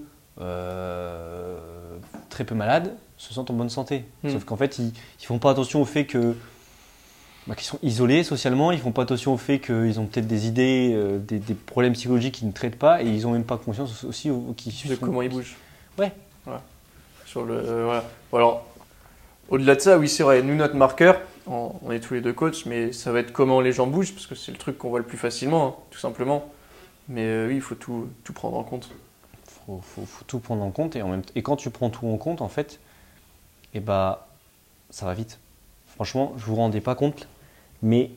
Speaker 3: très peu malades, se sentent en bonne santé. Sauf qu'en fait, ils font pas attention au fait qu'ils sont isolés socialement, ils font pas attention au fait qu'ils ont peut-être des idées, des problèmes psychologiques qu'ils ne traitent pas, et ils ont même pas conscience aussi
Speaker 2: de comment ils bougent.
Speaker 3: Ouais.
Speaker 2: Voilà. Sur voilà. Alors, au-delà de ça, oui, c'est vrai, nous, notre marqueur, on est tous les deux coachs, mais ça va être comment les gens bougent, parce que c'est le truc qu'on voit le plus facilement, hein, tout simplement. Mais oui, il faut tout prendre en compte.
Speaker 3: Faut tout prendre en compte, et quand tu prends tout en compte, en fait, ça va vite. Franchement, je vous rendais pas compte, mais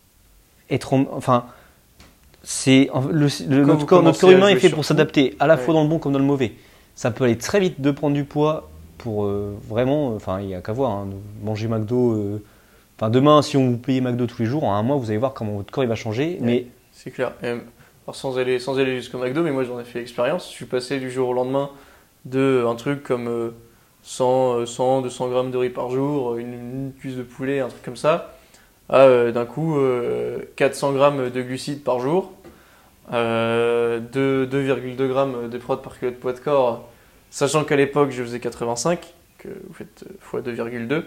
Speaker 3: notre corps humain est fait pour s'adapter, à la fois dans le bon comme dans le mauvais. Ça peut aller très vite de prendre du poids pour vraiment, il n'y a qu'à voir, hein, manger McDo. Demain, si on vous payait McDo tous les jours, en un mois, vous allez voir comment votre corps il va changer. Mais
Speaker 2: c'est clair. Alors sans aller jusqu'au McDo, mais moi j'en ai fait l'expérience. Je suis passé du jour au lendemain de un truc comme 100, 200 grammes de riz par jour, une cuisse de poulet, un truc comme ça, à d'un coup 400 grammes de glucides par jour, 2,2 grammes de prot par kilo de poids de corps, sachant qu'à l'époque je faisais 85, donc vous faites x 2,2.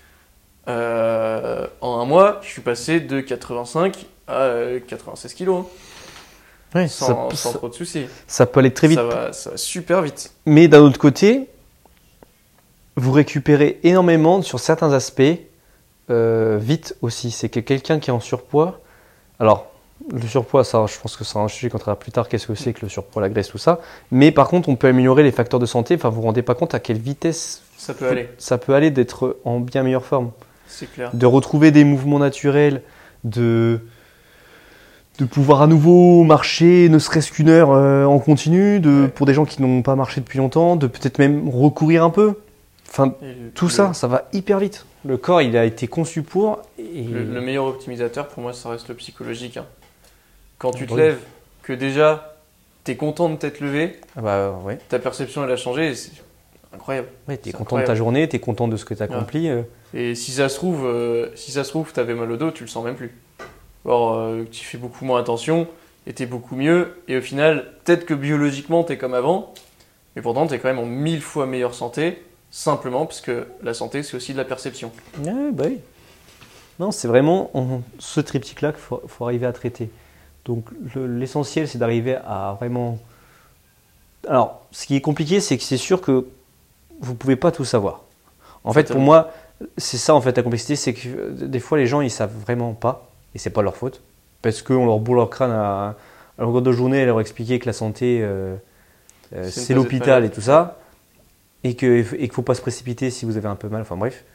Speaker 2: En un mois, je suis passé de 85 à 96 kilos. Hein.
Speaker 3: Ouais,
Speaker 2: sans trop de soucis.
Speaker 3: Ça peut aller très vite.
Speaker 2: Ça va super vite.
Speaker 3: Mais d'un autre côté, vous récupérez énormément sur certains aspects vite aussi. C'est que quelqu'un qui est en surpoids, alors le surpoids, ça, je pense que c'est un sujet qu'on traitera plus tard, qu'est-ce que c'est que le surpoids, la graisse, tout ça. Mais par contre, on peut améliorer les facteurs de santé. Enfin, vous vous rendez pas compte à quelle vitesse
Speaker 2: ça peut aller
Speaker 3: d'être en bien meilleure forme.
Speaker 2: C'est clair.
Speaker 3: De retrouver des mouvements naturels, de pouvoir à nouveau marcher ne serait-ce qu'une heure en continu, pour des gens qui n'ont pas marché depuis longtemps, de peut-être même recourir un peu. Enfin, tout ça va hyper vite. Le corps, il a été conçu pour. Et...
Speaker 2: Le meilleur optimisateur, pour moi, ça reste le psychologique. Hein. Quand tu te lèves, que déjà, tu es content de t'être levé, ta perception, elle a changé, c'est incroyable.
Speaker 3: Ouais, tu es content de ta journée, tu es content de ce que tu as accompli.
Speaker 2: Et si ça se trouve, tu avais mal au dos, tu le sens même plus. Alors, tu fais beaucoup moins attention et tu es beaucoup mieux. Et au final, peut-être que biologiquement, tu es comme avant, mais pourtant, tu es quand même en 1000 fois meilleure santé, simplement parce que la santé, c'est aussi de la perception.
Speaker 3: Oui. Non, c'est vraiment ce triptyque-là qu'il faut arriver à traiter. Donc, l'essentiel, c'est d'arriver à vraiment... Alors, ce qui est compliqué, c'est que c'est sûr que vous ne pouvez pas tout savoir. En fait, pour moi, c'est ça, en fait, la complexité, c'est que des fois, les gens, ils ne savent vraiment pas. Et c'est pas leur faute, parce qu'on leur bourre leur crâne à longueur de journée à leur expliquer que la santé, c'est l'hôpital et tout ça, et qu'il ne faut pas se précipiter si vous avez un peu mal, enfin bref.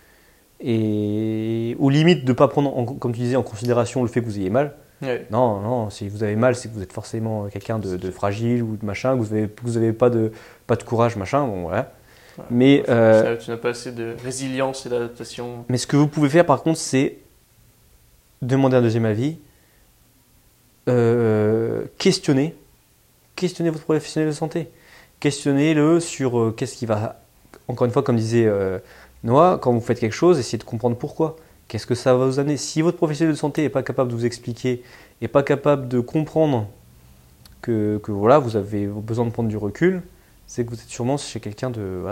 Speaker 3: Et aux limites de ne pas prendre, comme tu disais, en considération le fait que vous ayez mal.
Speaker 2: Ouais.
Speaker 3: Non, si vous avez mal, c'est que vous êtes forcément quelqu'un de fragile ou de machin, que vous avez pas de courage, machin, bon voilà. Mais,
Speaker 2: tu n'as pas assez de résilience et d'adaptation.
Speaker 3: Mais ce que vous pouvez faire par contre, c'est demander un deuxième avis, questionnez votre professionnel de santé. Questionnez-le sur qu'est-ce qui va, encore une fois, comme disait Noah, quand vous faites quelque chose, essayez de comprendre pourquoi. Qu'est-ce que ça va vous amener? Si votre professionnel de santé n'est pas capable de vous expliquer, n'est pas capable de comprendre que voilà, vous avez besoin de prendre du recul, c'est que vous êtes sûrement chez quelqu'un de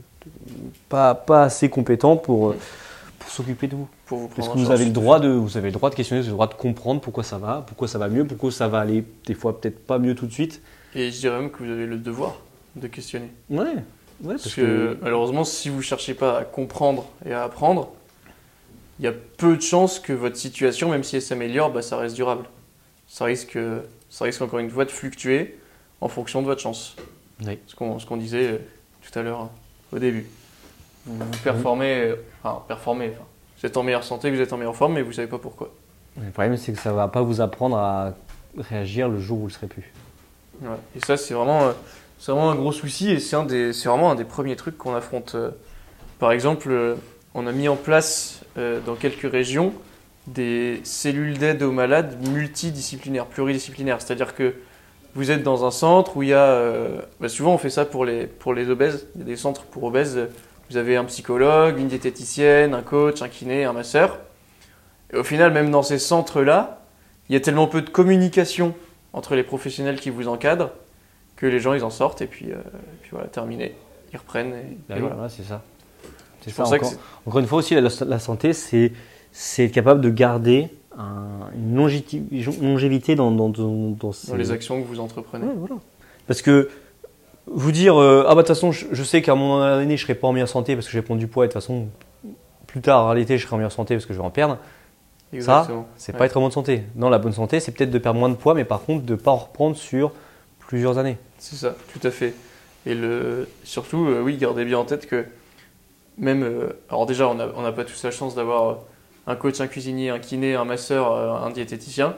Speaker 3: pas assez compétent pour s'occuper de vous. Parce que vous avez le droit de questionner, vous avez le droit de comprendre pourquoi ça va mieux, pourquoi ça va aller des fois peut-être pas mieux tout de suite.
Speaker 2: Et je dirais même que vous avez le devoir de questionner.
Speaker 3: Ouais,
Speaker 2: parce que malheureusement, si vous ne cherchez pas à comprendre et à apprendre, il y a peu de chances que votre situation, même si elle s'améliore, ça reste durable. Ça risque encore une fois de fluctuer en fonction de votre chance.
Speaker 3: Oui.
Speaker 2: Ce qu'on disait tout à l'heure au début. Vous performez, vous êtes en meilleure santé, vous êtes en meilleure forme, mais vous ne savez pas pourquoi.
Speaker 3: Le problème, c'est que ça ne va pas vous apprendre à réagir le jour où vous ne le serez plus.
Speaker 2: Ouais. Et ça, c'est vraiment un gros souci et c'est vraiment un des premiers trucs qu'on affronte. Par exemple, on a mis en place dans quelques régions des cellules d'aide aux malades multidisciplinaires, pluridisciplinaires. C'est-à-dire que vous êtes dans un centre où il y a... souvent, on fait ça pour les obèses. Il y a des centres pour obèses. Vous avez un psychologue, une diététicienne, un coach, un kiné, un masseur. Et au final, même dans ces centres-là, il y a tellement peu de communication entre les professionnels qui vous encadrent que les gens, ils en sortent et puis voilà, terminé. Ils reprennent et voilà.
Speaker 3: C'est ça.
Speaker 2: C'est pour ça
Speaker 3: encore une fois aussi, la santé, c'est être capable de garder une longévité dans
Speaker 2: les actions que vous entreprenez.
Speaker 3: Ouais, voilà. Parce que vous dire de toute façon je sais qu'à un moment donné je serai pas en meilleure santé parce que je vais prendre du poids et de toute façon plus tard à l'été je serai en meilleure santé parce que je vais en perdre.
Speaker 2: Exactement.
Speaker 3: Ça c'est pas être en bonne santé. Non, la bonne santé c'est peut-être de perdre moins de poids mais par contre de pas en reprendre sur plusieurs années.
Speaker 2: C'est ça, tout à fait. Et surtout gardez bien en tête que même alors déjà on n'a pas tous la chance d'avoir un coach, un cuisinier, un kiné, un masseur, un diététicien.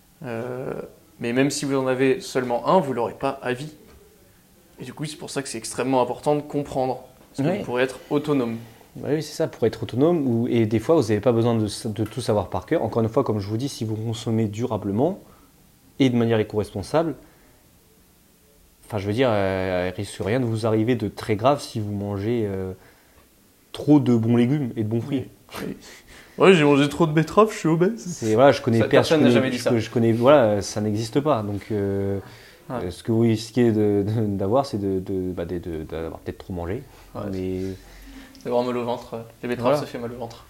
Speaker 2: Mais même si vous en avez seulement un, vous l'aurez pas à vie. Et du coup, c'est pour ça que c'est extrêmement important de comprendre. Parce que vous pourrez être autonome.
Speaker 3: Oui, c'est ça, pour être autonome. Et des fois, vous n'avez pas besoin de tout savoir par cœur. Encore une fois, comme je vous dis, si vous consommez durablement et de manière éco-responsable, enfin, je veux dire, il risque rien de vous arriver de très grave si vous mangez trop de bons légumes et de bons fruits.
Speaker 2: Oui. Ouais, j'ai mangé trop de betteraves, je suis obèse.
Speaker 3: Je connais
Speaker 2: personne n'a jamais dit ça.
Speaker 3: Je connais, voilà, ça n'existe pas. Donc, ce que vous risquez d'avoir, c'est d'avoir peut-être trop mangé.
Speaker 2: Ouais,
Speaker 3: mais
Speaker 2: d'avoir mal au ventre. Les betteraves,
Speaker 3: Voilà.
Speaker 2: ça fait mal au ventre.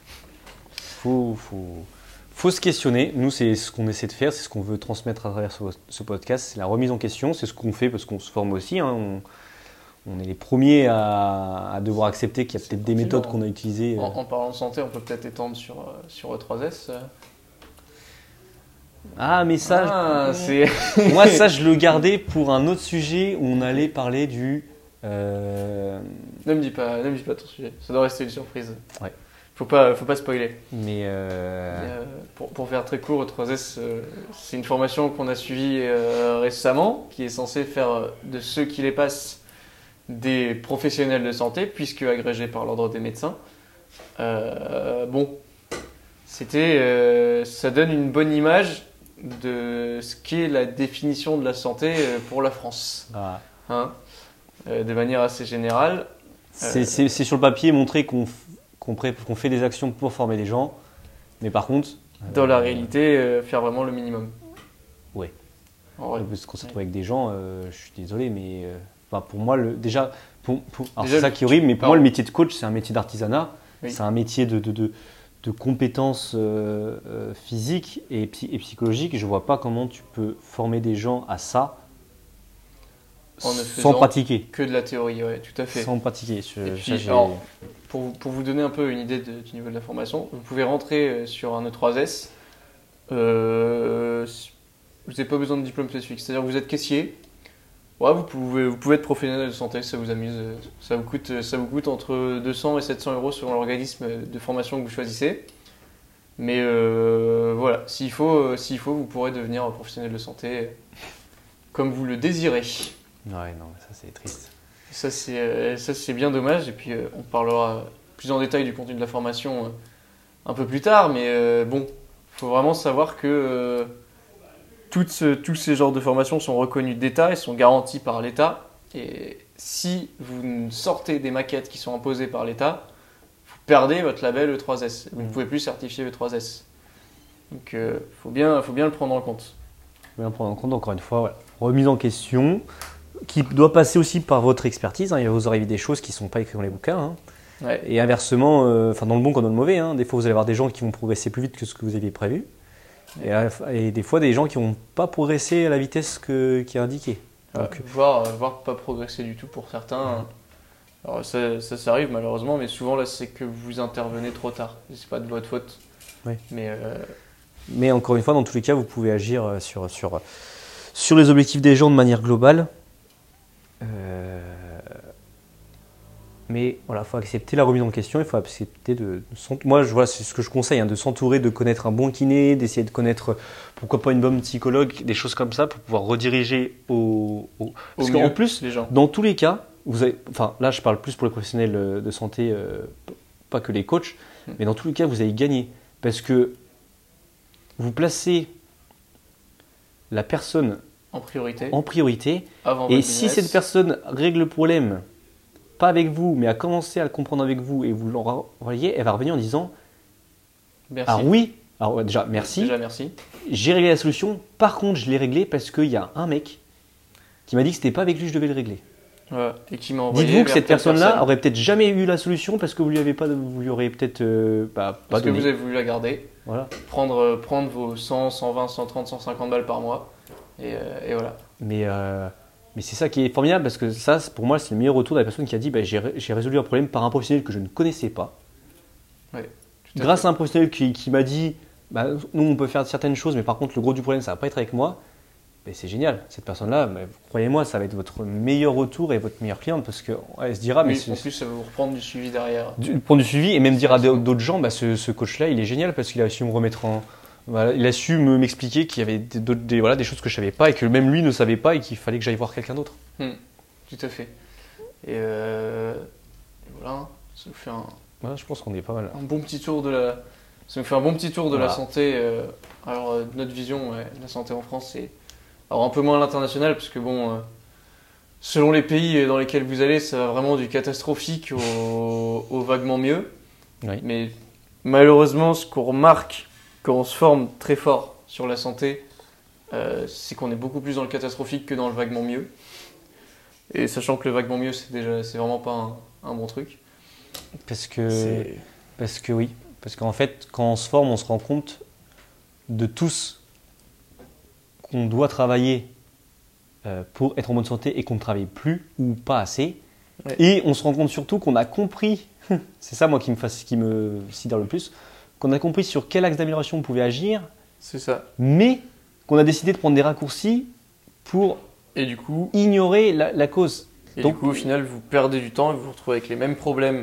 Speaker 3: Faut se questionner. Nous, c'est ce qu'on essaie de faire, c'est ce qu'on veut transmettre à travers ce podcast. C'est la remise en question, c'est ce qu'on fait parce qu'on se forme aussi. Hein. On est les premiers à devoir accepter qu'il y a peut-être des méthodes qu'on a utilisées.
Speaker 2: En parlant de santé, on peut peut-être étendre sur E3S.
Speaker 3: Ah, mais ça,
Speaker 2: c'est...
Speaker 3: moi, ça, je le gardais pour un autre sujet où on allait parler du.
Speaker 2: Ne me dis pas ton sujet. Ça doit rester une surprise.
Speaker 3: Ouais.
Speaker 2: Faut pas spoiler.
Speaker 3: Mais
Speaker 2: Pour faire très court, E3S, c'est une formation qu'on a suivie récemment, qui est censée faire de ceux qui les passent des professionnels de santé, puisque agrégés par l'ordre des médecins. Ça donne une bonne image de ce qu'est la définition de la santé pour la France.
Speaker 3: ah,
Speaker 2: Hein, de manière assez générale.
Speaker 3: c'est sur le papier montrer qu'on fait des actions pour former des gens, mais par contre.
Speaker 2: Dans la réalité, faire vraiment le minimum.
Speaker 3: Ouais.
Speaker 2: En vrai.
Speaker 3: Parce qu'on se retrouve avec des gens, je suis désolé, mais enfin, pour moi, alors
Speaker 2: Déjà,
Speaker 3: c'est ça qui est horrible, mais pour moi, le métier de coach, c'est un métier d'artisanat,
Speaker 2: Oui.
Speaker 3: c'est un métier de compétences physiques et psychologiques. Je vois pas comment tu peux former des gens à ça
Speaker 2: En ne
Speaker 3: sans
Speaker 2: faisant
Speaker 3: pratiquer.
Speaker 2: que de la théorie, ouais, tout à fait.
Speaker 3: Sans pratiquer.
Speaker 2: Et puis, alors, pour vous donner un peu une idée du niveau de la formation, vous pouvez rentrer sur un E3S. Vous n'avez pas besoin de diplôme spécifique. C'est-à-dire que vous êtes caissier. Ouais, vous pouvez être professionnel de santé, ça vous amuse. Ça vous coûte entre 200 et 700 euros selon l'organisme de formation que vous choisissez. Mais voilà, s'il faut, vous pourrez devenir professionnel de santé comme vous le désirez.
Speaker 3: Ouais, non, ça c'est triste.
Speaker 2: Ça c'est bien dommage. Et puis on parlera plus en détail du contenu de la formation un peu plus tard. Mais bon, il faut vraiment savoir que tous ces genres de formations sont reconnus d'État et sont garantis par l'État. Et si vous sortez des maquettes qui sont imposées par l'État, vous perdez votre label E3S. Vous ne pouvez plus certifier E3S. Donc faut bien le prendre en compte.
Speaker 3: Bien prendre en compte, encore une fois, voilà. Remise en question, qui doit passer aussi par votre expertise. Hein. Il vous arrive des choses qui ne sont pas écrites dans les bouquins. Hein.
Speaker 2: Ouais.
Speaker 3: Et inversement, dans le bon comme dans le mauvais, hein. Des fois vous allez avoir des gens qui vont progresser plus vite que ce que vous aviez prévu. Et des fois des gens qui ne vont pas progresser à la vitesse qui est indiquée. Donc,
Speaker 2: voire pas progresser du tout pour certains. Alors ça arrive malheureusement, mais souvent là c'est que vous intervenez trop tard. C'est pas de votre faute.
Speaker 3: Oui.
Speaker 2: Mais
Speaker 3: encore une fois, dans tous les cas, vous pouvez agir sur les objectifs des gens de manière globale. Mais voilà, il faut accepter la remise en question, il faut accepter moi, c'est ce que je conseille, hein, de s'entourer, de connaître un bon kiné, d'essayer de connaître, pourquoi pas une bonne psychologue, des choses comme ça, pour pouvoir rediriger parce qu'en plus,
Speaker 2: les gens.
Speaker 3: dans tous les cas, là je parle plus pour les professionnels de santé, pas que les coachs, mais dans tous les cas, vous allez gagner. Parce que vous placez la personne
Speaker 2: En
Speaker 3: priorité
Speaker 2: avant
Speaker 3: et
Speaker 2: votre
Speaker 3: si
Speaker 2: business.
Speaker 3: cette personne règle le problème, pas avec vous, mais a commencé à le comprendre avec vous et vous l'envoyez, elle va revenir en disant
Speaker 2: Merci.
Speaker 3: ah oui, alors ouais, déjà merci, j'ai réglé la solution, par contre je l'ai réglé parce qu'il y a un mec qui m'a dit que c'était pas avec lui que je devais le régler.
Speaker 2: Ouais, et qui m'a envoyé.
Speaker 3: Dites-vous que
Speaker 2: vers
Speaker 3: cette
Speaker 2: telle
Speaker 3: personne-là
Speaker 2: personne.
Speaker 3: aurait peut-être jamais eu la solution parce que vous lui aurez peut-être pas
Speaker 2: Parce que
Speaker 3: donné.
Speaker 2: vous avez voulu la garder,
Speaker 3: Voilà.
Speaker 2: prendre vos 100, 120, 130, 150 balles par mois, et voilà.
Speaker 3: Mais c'est ça qui est formidable parce que ça, pour moi, c'est le meilleur retour de la personne qui a dit j'ai résolu un problème par un professionnel que je ne connaissais pas.
Speaker 2: Ouais,
Speaker 3: Grâce à un professionnel qui m'a dit nous, on peut faire certaines choses, mais par contre, le gros du problème, ça ne va pas être avec moi. C'est génial. Cette personne-là, croyez-moi, ça va être votre meilleur retour et votre meilleure cliente parce qu'elle se dira.
Speaker 2: En plus, ça va vous reprendre du suivi derrière.
Speaker 3: Prendre du suivi et même dire à d'autres gens ce coach-là, il est génial parce qu'il a su me remettre en. Voilà, il a su m'expliquer qu'il y avait des choses que je ne savais pas et que même lui ne savait pas et qu'il fallait que j'aille voir quelqu'un d'autre.
Speaker 2: Tout à fait. Et voilà, ça nous fait
Speaker 3: je pense qu'on est pas mal.
Speaker 2: un bon petit tour de la. Ça nous fait un bon petit tour de la santé. Alors notre vision, de la santé en France, c'est alors un peu moins à l'international parce que bon, selon les pays dans lesquels vous allez, ça va vraiment du catastrophique au vaguement mieux.
Speaker 3: Oui.
Speaker 2: Mais malheureusement, ce qu'on remarque quand on se forme très fort sur la santé, c'est qu'on est beaucoup plus dans le catastrophique que dans le vaguement mieux. Et sachant que le vaguement mieux, c'est vraiment pas un bon truc.
Speaker 3: Parce que oui. Parce qu'en fait, quand on se forme, on se rend compte de tous qu'on doit travailler pour être en bonne santé et qu'on ne travaille plus ou pas assez.
Speaker 2: Ouais.
Speaker 3: Et on se rend compte surtout qu'on a compris, c'est ça moi qui me sidère le plus, qu'on a compris sur quel axe d'amélioration on pouvait agir,
Speaker 2: C'est ça.
Speaker 3: mais qu'on a décidé de prendre des raccourcis pour
Speaker 2: Et du coup,
Speaker 3: ignorer la cause.
Speaker 2: du coup, au final, vous perdez du temps et vous vous retrouvez avec les mêmes problèmes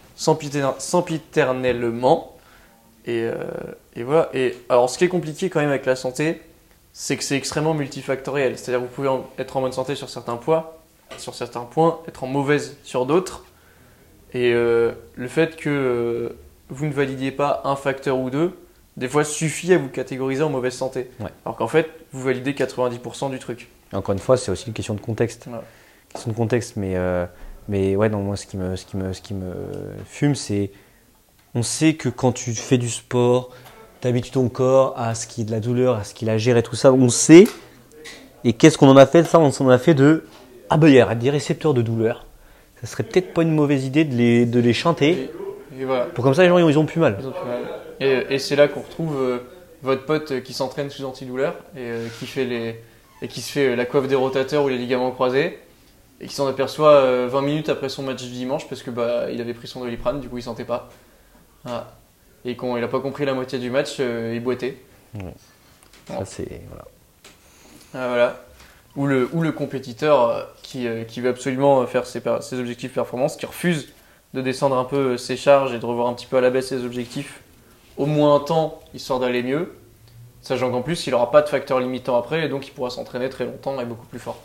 Speaker 2: sempiternellement. Et voilà. Et alors, ce qui est compliqué quand même avec la santé, c'est que c'est extrêmement multifactoriel. C'est-à-dire que vous pouvez être en bonne santé sur certains points, être en mauvaise sur d'autres. Et le fait que vous ne validiez pas un facteur ou deux, des fois suffit à vous catégoriser en mauvaise santé.
Speaker 3: Ouais.
Speaker 2: Alors qu'en fait, vous validez 90% du truc.
Speaker 3: Et encore une fois, c'est aussi une question de contexte.
Speaker 2: Ouais.
Speaker 3: Question de contexte, mais ouais, non, moi, ce qui me fume, c'est on sait que quand tu fais du sport, tu habitues ton corps à ce qu'il y ait de la douleur, à ce qu'il a géré tout ça, on sait. Et qu'est-ce qu'on en a fait de ça? On s'en a fait de ah ben il y a des récepteurs de douleur. Ça serait peut-être pas une mauvaise idée de les chanter.
Speaker 2: Et voilà.
Speaker 3: Pour comme ça, les gens ils ont plus mal.
Speaker 2: Ils ont plus mal. Et c'est là qu'on retrouve votre pote qui s'entraîne sous antidouleur et qui se fait la coiffe des rotateurs ou les ligaments croisés et qui s'en aperçoit 20 minutes après son match du dimanche parce que il avait pris son Doliprane, du coup il sentait pas. Voilà. Et quand il a pas compris la moitié du match, il boitait.
Speaker 3: Ouais.
Speaker 2: Bon.
Speaker 3: Ça, c'est voilà.
Speaker 2: Ah, voilà. Ou le compétiteur qui veut absolument faire ses objectifs performance, qui refuse de descendre un peu ses charges et de revoir un petit peu à la baisse ses objectifs, au moins un temps, histoire d'aller mieux, sachant qu'en plus, il n'aura pas de facteur limitant après, et donc il pourra s'entraîner très longtemps et beaucoup plus fort.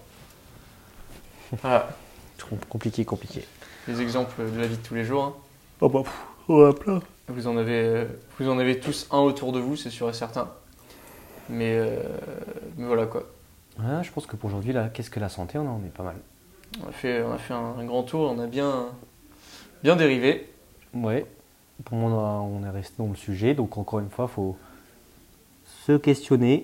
Speaker 2: Voilà.
Speaker 3: Compliqué.
Speaker 2: Les exemples de la vie de tous les jours. Hein.
Speaker 3: Oh bah, on a plein.
Speaker 2: Vous en avez tous un autour de vous, c'est sûr et certain. Mais voilà quoi.
Speaker 3: Ouais, je pense que pour aujourd'hui, là, qu'est-ce que la santé, on en est pas mal.
Speaker 2: On a fait un grand tour, on a bien dérivé.
Speaker 3: Ouais. Pour moi, on est resté dans le sujet. Donc, encore une fois, il faut se questionner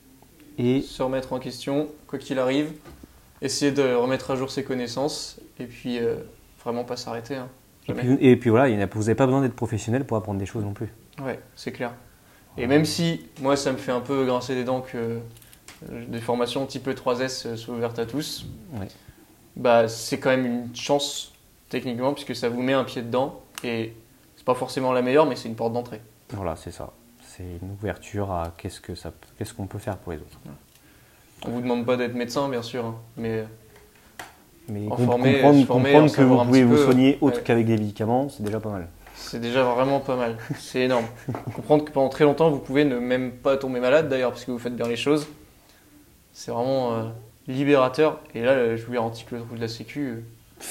Speaker 3: et
Speaker 2: Se remettre en question, quoi qu'il arrive. Essayer de remettre à jour ses connaissances. Et puis, vraiment pas s'arrêter. Hein. Jamais.
Speaker 3: et puis voilà, vous n'avez pas besoin d'être professionnel pour apprendre des choses non plus.
Speaker 2: Ouais, c'est clair. Et même si, moi, ça me fait un peu grincer des dents que des formations type E3S soient ouvertes à tous,
Speaker 3: Ouais.
Speaker 2: bah, c'est quand même une chance, techniquement, puisque ça vous met un pied dedans. Et c'est pas forcément la meilleure, mais c'est une porte d'entrée.
Speaker 3: Voilà, c'est ça. C'est une ouverture à qu'est-ce qu'on peut faire pour les autres.
Speaker 2: On vous demande pas d'être médecin, bien sûr, hein, mais
Speaker 3: Mais
Speaker 2: En
Speaker 3: comprendre
Speaker 2: en
Speaker 3: que vous
Speaker 2: savoir un
Speaker 3: pouvez
Speaker 2: petit
Speaker 3: vous
Speaker 2: peu,
Speaker 3: soigner autre
Speaker 2: ouais.
Speaker 3: qu'avec des médicaments, c'est déjà pas mal.
Speaker 2: c'est déjà vraiment pas mal. C'est énorme. Comprendre que pendant très longtemps, vous pouvez ne même pas tomber malade, d'ailleurs, parce que vous faites bien les choses. C'est vraiment libérateur. Et là, je vous garantis que le trou de la Sécu,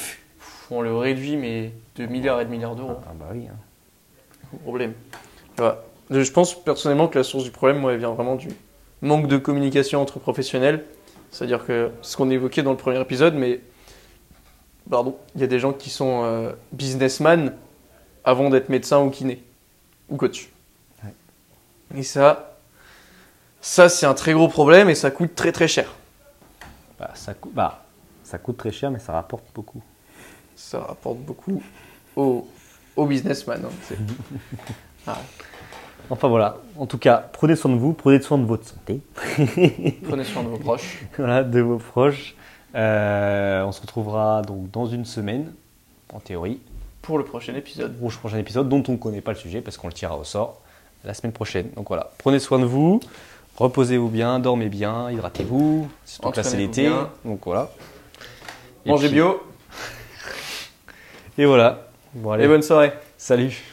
Speaker 2: on le réduit, mais de milliards et de milliards d'euros.
Speaker 3: Ah bah oui. Hein.
Speaker 2: Problème. Voilà. Je pense personnellement que la source du problème, moi, elle vient vraiment du manque de communication entre professionnels. C'est-à-dire que ce qu'on évoquait dans le premier épisode, mais il y a des gens qui sont businessmen avant d'être médecin ou kiné ou coach.
Speaker 3: Ouais.
Speaker 2: Et ça c'est un très gros problème et ça coûte très très cher.
Speaker 3: Ça coûte très cher, mais ça rapporte beaucoup.
Speaker 2: Ça rapporte beaucoup aux businessmen. Hein. Ah.
Speaker 3: Enfin voilà. En tout cas, prenez soin de vous, prenez soin de votre santé.
Speaker 2: Prenez soin de vos proches.
Speaker 3: Voilà, de vos proches. On se retrouvera donc dans une semaine, en théorie,
Speaker 2: Pour le prochain épisode.
Speaker 3: pour le prochain épisode dont on ne connaît pas le sujet parce qu'on le tirera au sort la semaine prochaine. Donc voilà, prenez soin de vous, reposez-vous bien, dormez bien, hydratez-vous. Surtout que là c'est
Speaker 2: Entraînez-vous
Speaker 3: l'été,
Speaker 2: bien.
Speaker 3: donc voilà.
Speaker 2: Mangez bio
Speaker 3: Et voilà. Bon, allez,
Speaker 2: et bonne soirée.
Speaker 3: salut.